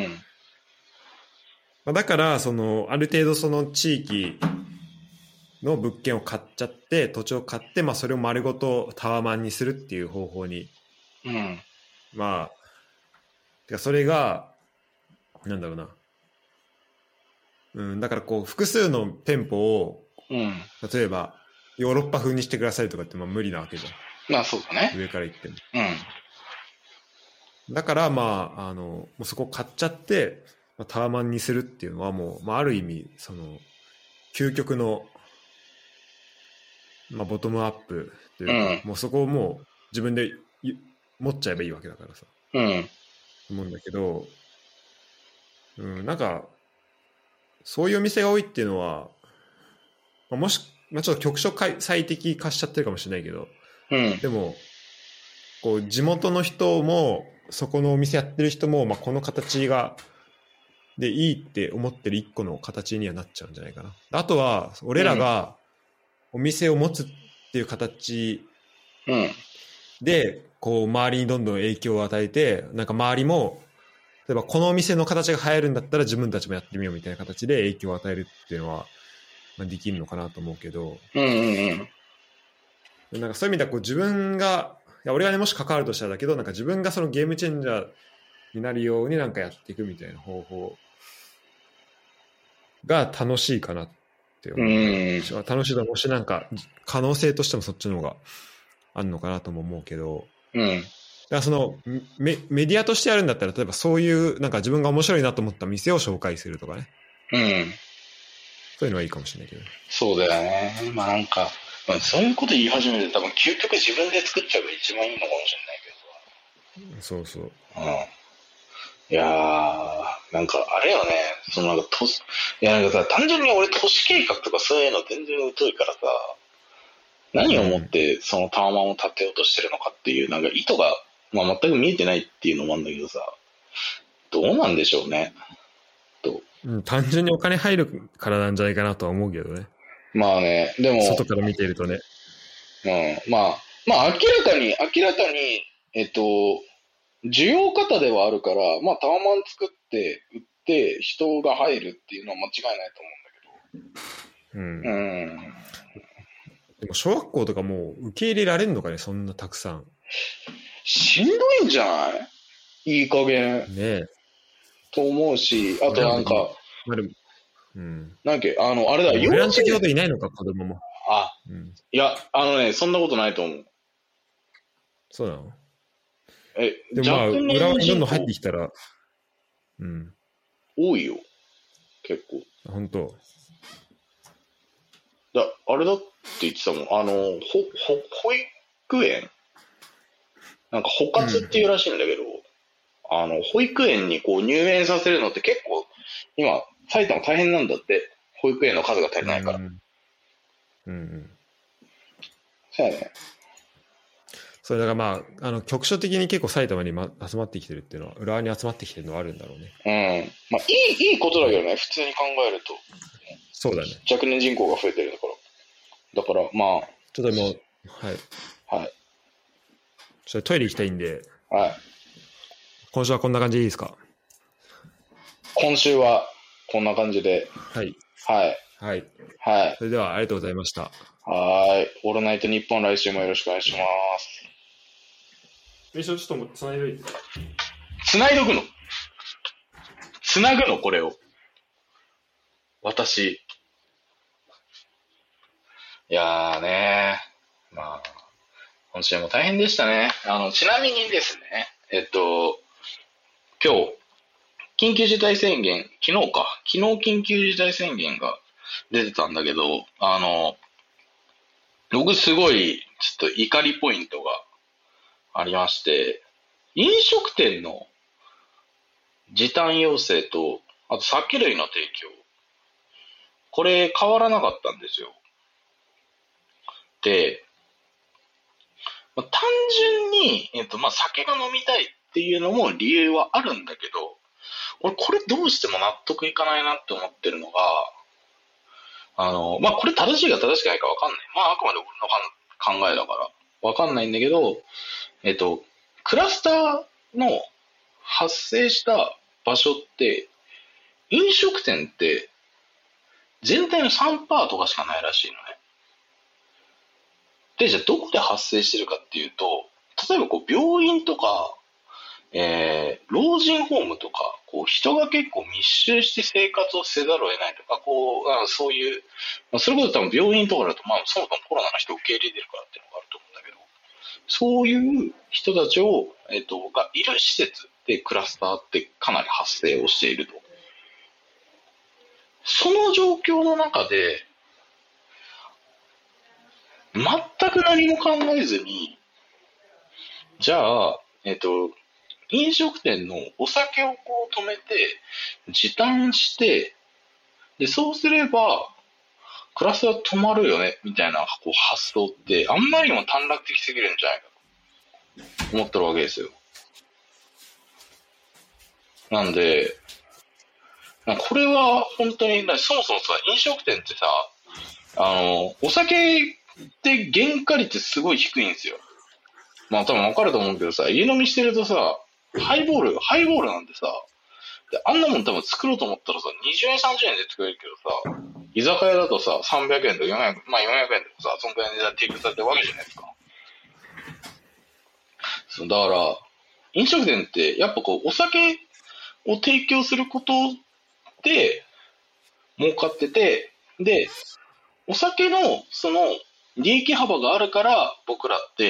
まあ、だからそのある程度その地域の物件を買っちゃって土地を買って、まあ、それを丸ごとタワマンにするっていう方法に、まあてかそれがなんだろうな、だからこう複数の店舗を、例えばヨーロッパ風にしてくださいとかってまあ無理なわけじゃん。 まあそうだね。 上から言っても。だからまあもうそこを買っちゃってタワマンにするっていうのはもう、まあ、ある意味その究極の、まあ、ボトムアップというか、もうそこをもう自分で持っちゃえばいいわけだからさ、思うんだけど、なんかそういうお店が多いっていうのは、まあ、もし、まあ、ちょっと局所最適化しちゃってるかもしれないけど、でもこう地元の人もそこのお店やってる人も、まあ、この形がでいいって思ってる一個の形にはなっちゃうんじゃないかな。あとは俺らがお店を持つっていう形でこう周りにどんどん影響を与えて、なんか周りも例えばこのお店の形が流行るんだったら自分たちもやってみようみたいな形で影響を与えるっていうのは、まあ、できるのかなと思うけど、なんかそういう意味ではこう自分が俺がねもし関わるとしたらだけど、なんか自分がそのゲームチェンジャーになるようになんかやっていくみたいな方法が楽しいかなって思う。楽しいと思うし、なんか可能性としてもそっちの方があるのかなとも思うけど、だからそのメディアとしてやるんだったら、例えばそういうなんか自分が面白いなと思った店を紹介するとかね、そういうのはいいかもしれないけど。 そうだよね。まあなんか、まあ、そういうこと言い始めて多分究極自分で作っちゃうが一番いいのかもしれないけど。 そうそう。 いやー、なんかあれよね、そのなんかいやなんかさ、単純に俺都市計画とかそういうの全然疎いからさ、何をもってそのタワマンを建てようとしてるのかっていう、なんか意図が、まあ、全く見えてないっていうのもあるんだけどさ、どうなんでしょうね。 単純にお金入るからなんじゃないかなとは思うけどね。 まあね、でも。 外から見ているとね。 まあ明らかに、需要方ではあるから、まあタワマン作って売って人が入るっていうのは間違いないと思うんだけど。 でも小学校とかもう受け入れられるのかね、そんなたくさん。 しんどいんじゃないいい加減。 ねと思うし、あとなんか、なんだっけ、あれだ、 俺らの時ほどいないのか、子供も。 いや、そんなことないと思う。 そうなの？でもまあ、浦和にどんどん入ってきたら、 多いよ、結構。 本当。 あれだって言ってたもん、保育園なんか保活っていうらしいんだけど、保育園にこう入園させるのって結構、今、埼玉大変なんだって、保育園の数が足りないから。そうやね。 それだからまあ、局所的に結構埼玉に、集まってきてるっていうのは、浦和に集まってきてるのはあるんだろうね。 まあ、いいことだけどね、普通に考えると。 そうだね。 若年人口が増えてるから。だから、まあ。 ちょっともう、はい。ちょっとトイレ行きたいんで。今週はこんな感じでいいですか？ 今週はこんな感じで。 はい。それではありがとうございました。 オールナイトニッポン来週もよろしくお願いします。 ちょっともう繋いどいて。 繋いどくの？繋ぐのこれを。私。いやーねー。まあ、今週も大変でしたね。ちなみにですね、今日、緊急事態宣言、昨日緊急事態宣言が出てたんだけど、僕すごい、ちょっと怒りポイントがありまして、飲食店の時短要請と、あと酒類の提供。これ変わらなかったんですよ。で、単純に、酒が飲みたいっていうのも理由はあるんだけど、俺これどうしても納得いかないなって思ってるのが、これ正しいか正しくないか分かんない。あくまで俺の考えだから分かんないんだけど、クラスターの発生した場所って、飲食店って全体の 3% とかしかないらしいのね。で、じゃあどこで発生してるかっていうと、例えば病院とか、老人ホームとか、人が結構密集して生活をせざるを得ないとか、そういう、それこそ多分病院とかだと、そもそもコロナの人を受け入れてるからっていうのがあると思うんだけど、そういう人たちを、がいる施設でクラスターってかなり発生をしていると。その状況の中で、全く何も考えずに、じゃあ、飲食店のお酒を止めて、時短して、で、そうすれば、クラスター止まるよね、みたいな発想って、あんまりにも短絡的すぎるんじゃないかと思ってるわけですよ。なんで、これは本当に、そもそもさ、飲食店ってさ、お酒って原価率すごい低いんですよ。多分わかると思うけどさ、家飲みしてるとさ、ハイボールなんてさ、であんなもん多分作ろうと思ったらさ、20円30円で作れるけどさ、居酒屋だとさ、300円と400円、400円でもさ、そのくらいの値段提供されてるわけじゃないですか。だから、飲食店ってやっぱお酒を提供することで儲かってて、で、お酒のその利益幅があるから僕らって、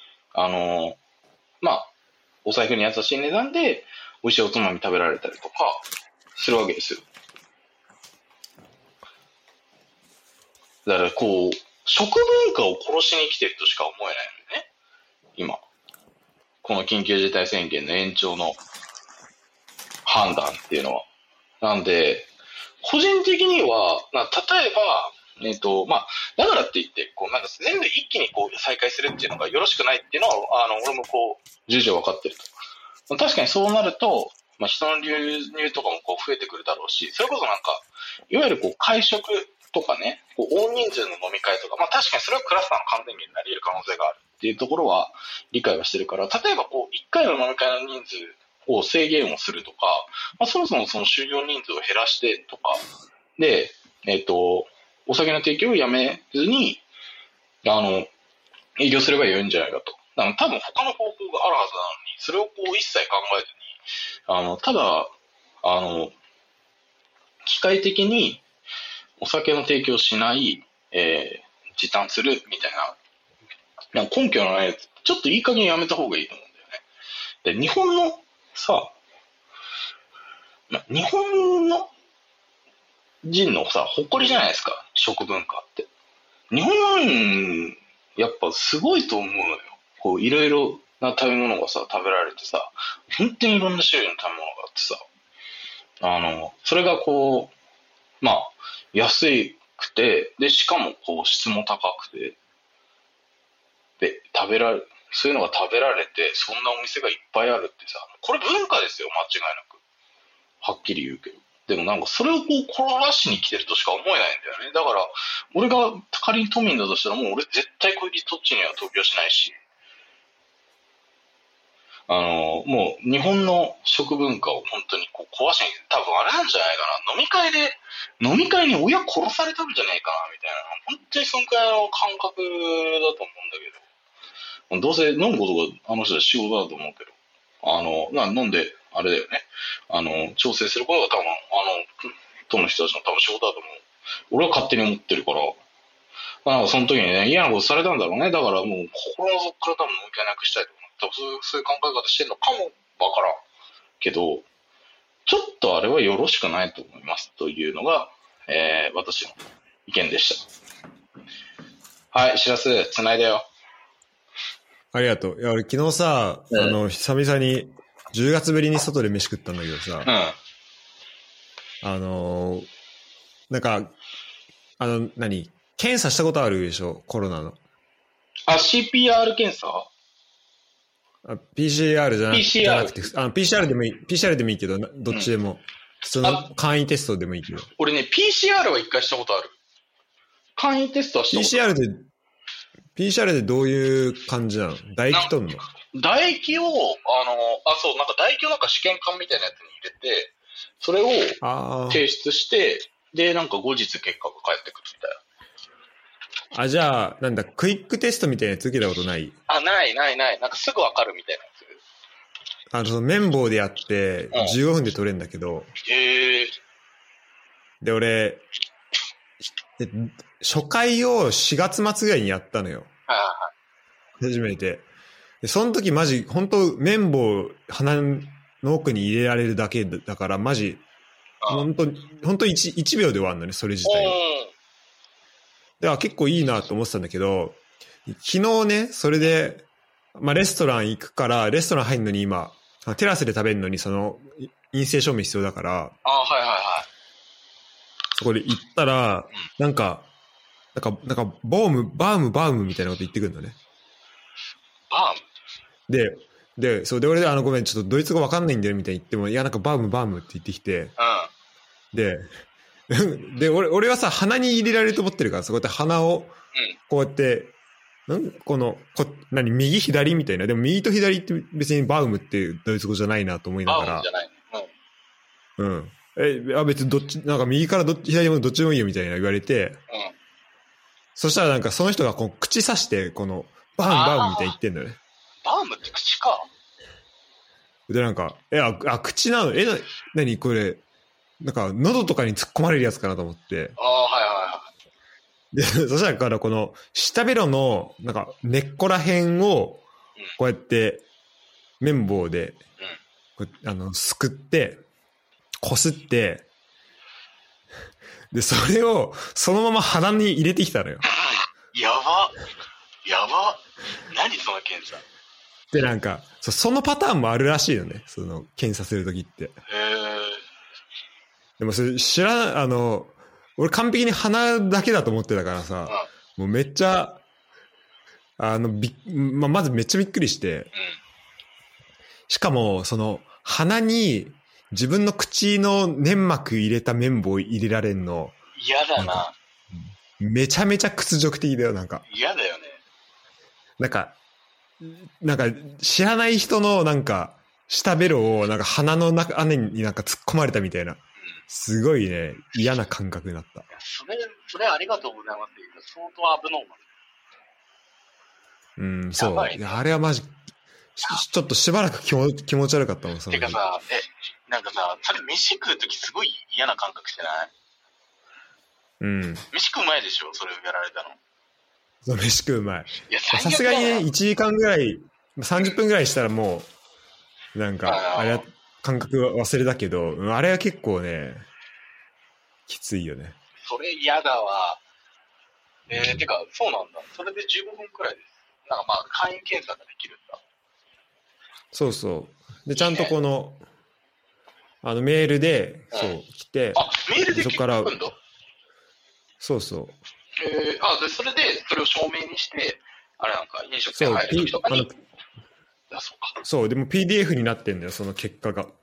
お財布に優しい値段で美味しいおつまみ食べられたりとかするわけですよ。だから食文化を殺しに来てるとしか思えないのよね。今。この緊急事態宣言の延長の判断っていうのは。なんで、個人的には、例えば、だからって言って、全部一気に再開するっていうのがよろしくないっていうのは、俺も重々分かってると。確かにそうなると、人の流入とかも増えてくるだろうし、それこそいわゆる会食とかね、大人数の飲み会とか、確かにそれはクラスターの完全源になり得る可能性があるっていうところは理解はしてるから、例えば1回の飲み会の人数を制限をするとか、そもそもその就業人数を減らしてとか、で、お酒の提供をやめずに、営業すればいいんじゃないかと。多分他の方法があるはずなのに、それを一切考えずに、ただ、機械的にお酒の提供しない、時短するみたいな、根拠のないやつ、ちょっといい加減やめた方がいいと思うんだよね。で、日本のさ、日本の人のさ、誇りじゃないですか、食文化って。日本人、やっぱすごいと思うのよ。いろいろな食べ物がさ、食べられてさ、本当にいろんな種類の食べ物があってさ、それが安くて、で、しかも質も高くて、で、そういうのが食べられて、そんなお店がいっぱいあるってさ、これ文化ですよ、間違いなく。はっきり言うけど。でもそれを転がしに来てるとしか思えないんだよね。だから、俺が仮に都民だとしたら、もう俺絶対こっちには投票しないし、もう日本の食文化を本当に壊しに、多分あれなんじゃないかな。飲み会に親殺されたんじゃないかな、みたいな。本当にそのくらいの感覚だと思うんだけど。どうせ飲むことがあの人は仕事だと思うけど。飲んで、あれだよね。調整することが多分、都の人たちの多分仕事だと思う。俺は勝手に思ってるから、その時にね、嫌なことされたんだろうね。だからもう、心の底から多分飲み会なくしたいと思う。多分そういう考え方してるのかもわからん。けど、ちょっとあれはよろしくないと思います。というのが、私の意見でした。はい、しらす、つないだよ。 ありがとう。いや、俺昨日さ、久々に 10月ぶりに外で飯食ったんだけどさ、なんか、検査したことあるでしょ、コロナの。 CPR 検査 ？PCR じゃなくて、PCR でもいいけど、どっちでも。普通の簡易テストでもいいけど。 俺ね、PCR は一回したことある。簡易テストはしたことある。 PCR でどういう感じなの？唾液取んの？ 唾液を、なんか唾液をなんか試験管みたいなやつに入れて、それを提出して、で、なんか後日結果が返ってくるみたいな。 じゃあ、クイックテストみたいなやつ受けたことない？ ない。なんかすぐわかるみたいなやつ。綿棒でやって、15分で取れるんだけど。で、俺、初回を4月末ぐらいにやったのよ。初めて。で、その時マジ、本当綿棒、鼻の奥に入れられるだけだから、マジ、本当 1秒で終わるのね、それ自体は。だから結構いいなと思ってたんだけど、昨日ね、それで、レストラン行くから、レストラン入るのに今、テラスで食べるのに陰性証明必要だから、そこで行ったら、なんか、バームみたいなこと言ってくるのね。 バーム？ で、俺で、ごめん、ちょっとドイツ語わかんないんだよみたいに言っても、いや、なんかバームって言ってきて、で、俺はさ、鼻に入れられると思ってるから、そこで鼻を、こうやって、右左みたいな。でも右と左って別にバウムってドイツ語じゃないなと思いながら。 バウムじゃない。 別にどっち、なんか右から左もどっちでもいいよみたいな言われて、そしたらなんかその人が口刺して、バウムみたいに言ってんのよね。 バウムって口か。 で、なんか、口なの？何これ、なんか喉とかに突っ込まれるやつかなと思って。で、そしたらからこの下ベロのなんか根っこら辺をこうやって綿棒で、すくってこすって、でそれをそのまま鼻に入れてきたのよ。 やば。何その検査。 でなんかそのパターンもあるらしいよね。その検査するときって。でもそれ俺完璧に鼻だけだと思ってたからさ、もうめっちゃ、まずめっちゃびっくりして、しかも、鼻に自分の口の粘膜入れた綿棒入れられんの。 嫌だな。 めちゃめちゃ屈辱的だよ、なんか。 嫌だよね。 なんか、知らない人のなんか、下ベロをなんか鼻の穴になんか突っ込まれたみたいな。すごいね、嫌な感覚になった。 それありがとうございますって相当アブノーマル。 そう。あれはマジ、ちょっとしばらく気持ち悪かったもん、 てかさ、なんかさ、それ飯食うときすごい嫌な感覚してない？飯食う前でしょ、それをやられたの。 そう、飯食う前。さすがにね、1時間ぐらい、30分ぐらいしたらもう、なんか、感覚忘れたけど、あれは結構ね、きついよね。 それ嫌だわ。てか、そうなんだ。それで15分くらいです。なんか簡易検査ができるんだ。 そうそう。で、ちゃんとこの、メールで、来て。 メールで来るんだ。 そうそう。 で、それで、それを証明にして、なんか、飲食店入る時とかに。 そう、でも PDF になってんだよ、その結果が。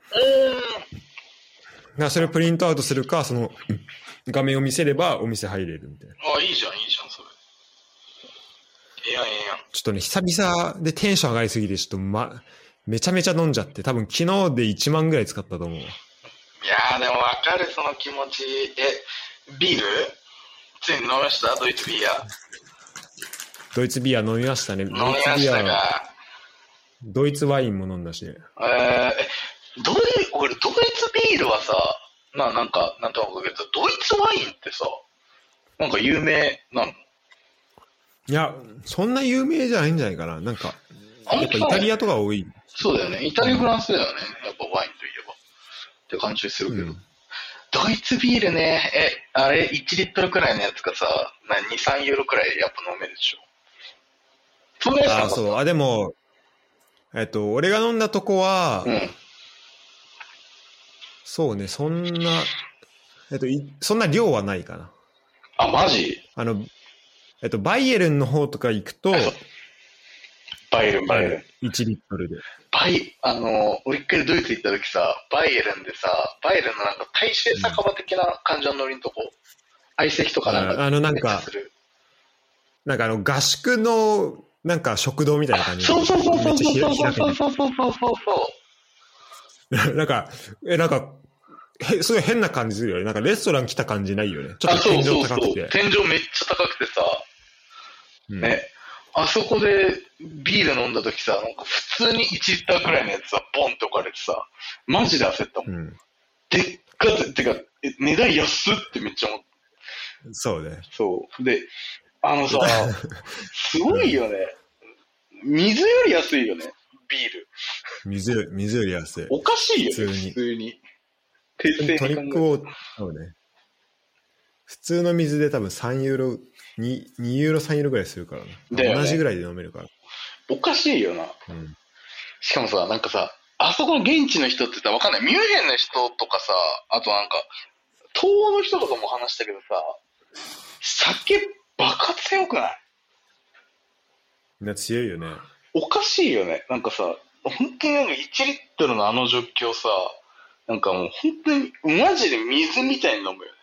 それをプリントアウトするか、その画面を見せればお店入れるみたいな。 いいじゃん、それ。ええやん。 ちょっとね、久々でテンション上がりすぎて、ちょっとめちゃめちゃ飲んじゃって、多分昨日で1万ぐらい使ったと思う。いやでもわかる、その気持ち。ビールついに飲みました？ドイツビア。 ドイツビア飲みましたね。 飲みましたか。 ドイツワインも飲んだしね。 俺、ドイツビールはさ、なんとなくけど、ドイツワインってさ、なんか有名なの？ いや、そんな有名じゃないんじゃないかな。なんか、やっぱイタリアとか多い。 そうだよね。イタリア、フランスだよね。やっぱワインといえば。って感じするけど。ドイツビールね、あれ、1リットルくらいのやつがさ、2、3ユーロくらいやっぱ飲めるでしょ。 そう。でも、俺が飲んだとこは、 そうね、そんな、そんな量はないかな。 あ、マジ？ バイエルンの方とか行くと、 バイエルン。 1リットルで。 俺一回ドイツ行った時さ、バイエルンでさ、バイエルンのなんか大衆酒場的な感じのノリのとこ、相席とかなんか、 なんか合宿の、なんか食堂みたいな感じ。 そう。 なんか、すごい変な感じするよね。なんかレストラン来た感じないよね。ちょっと天井高くて。 そう天井めっちゃ高くてさ、ね、あそこでビール飲んだ時さ、なんか普通に1リッターくらいのやつさ、ボンって置かれてさ、マジで焦ったもん。でっかてか、値段安っってめっちゃ思った。 そうね。 そう。で、さ、すごいよね。水より安いよね、ビール。 水より安い。 おかしいよね、普通に。 トニックを、そうね。普通の水で多分3ユーロ、2ユーロ3ユーロぐらいするからね。同じぐらいで飲めるから。 おかしいよな。しかもさ、なんかさ、あそこの現地の人ってさ、わかんない。ミュンヘンの人とかさ、あとなんか、東欧の人とかも話したけどさ、酒爆発強くない？ みんな強いよね。 おかしいよね。なんかさ、本当になんか1リットルのジョッキをさ、なんかもう本当にマジで水みたいに飲むよね。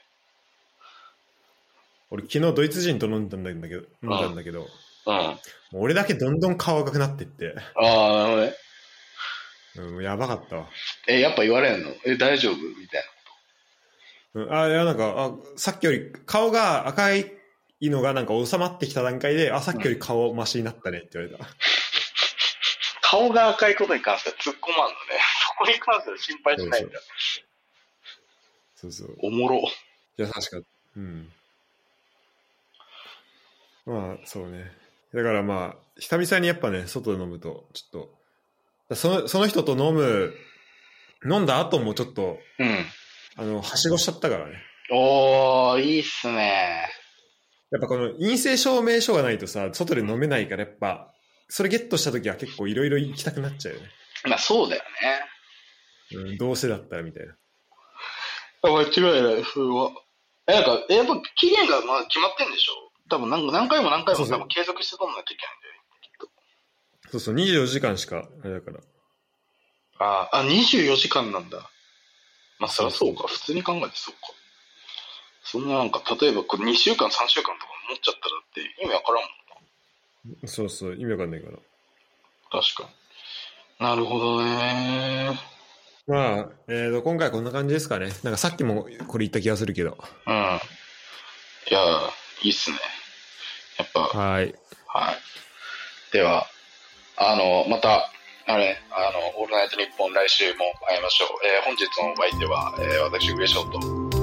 俺昨日ドイツ人と飲んだんだけど、俺だけどんどん顔赤くなってって。 ああ、なるほどね。やばかったわ。 やっぱ言われんの？大丈夫みたいな。いやなんかさっきより顔が赤いのがなんか収まってきた段階で、さっきより顔マシになったねって言われた。 顔が赤いことに関しては突っ込まんのね。そこに関しては心配しないんだ。 そう。 おもろ。 優しかった。まあそうね。だからまあ久々にやっぱね外で飲むとちょっとその人と飲んだ後もちょっと、はしごしちゃったからね。 おー、いいっすね。 やっぱこの陰性証明書がないとさ、外で飲めないからやっぱそれゲットした時は結構いろいろ行きたくなっちゃうよね。 まあそうだよね。どうせだったらみたいな。 間違いない、それは。なんかやっぱ期限がまあ決まってんでしょ？多分何回も多分継続して取んなきゃいけないんだよ、きっと。 そう24時間しかあれだから。 24時間なんだ。まあそりゃそうか、普通に考えてそうか。そんななんか例えばこれ2週間3週間とか持っちゃったらって意味わからんもんな。そう意味わかんないから。 確かに。なるほどね。 まあ今回こんな感じですかね。なんかさっきもこれ言った気がするけど。 いやいいっすね。やっぱはい。 ではまたオールナイトニッポン来週も会いましょう。本日のお相手は、私上翔と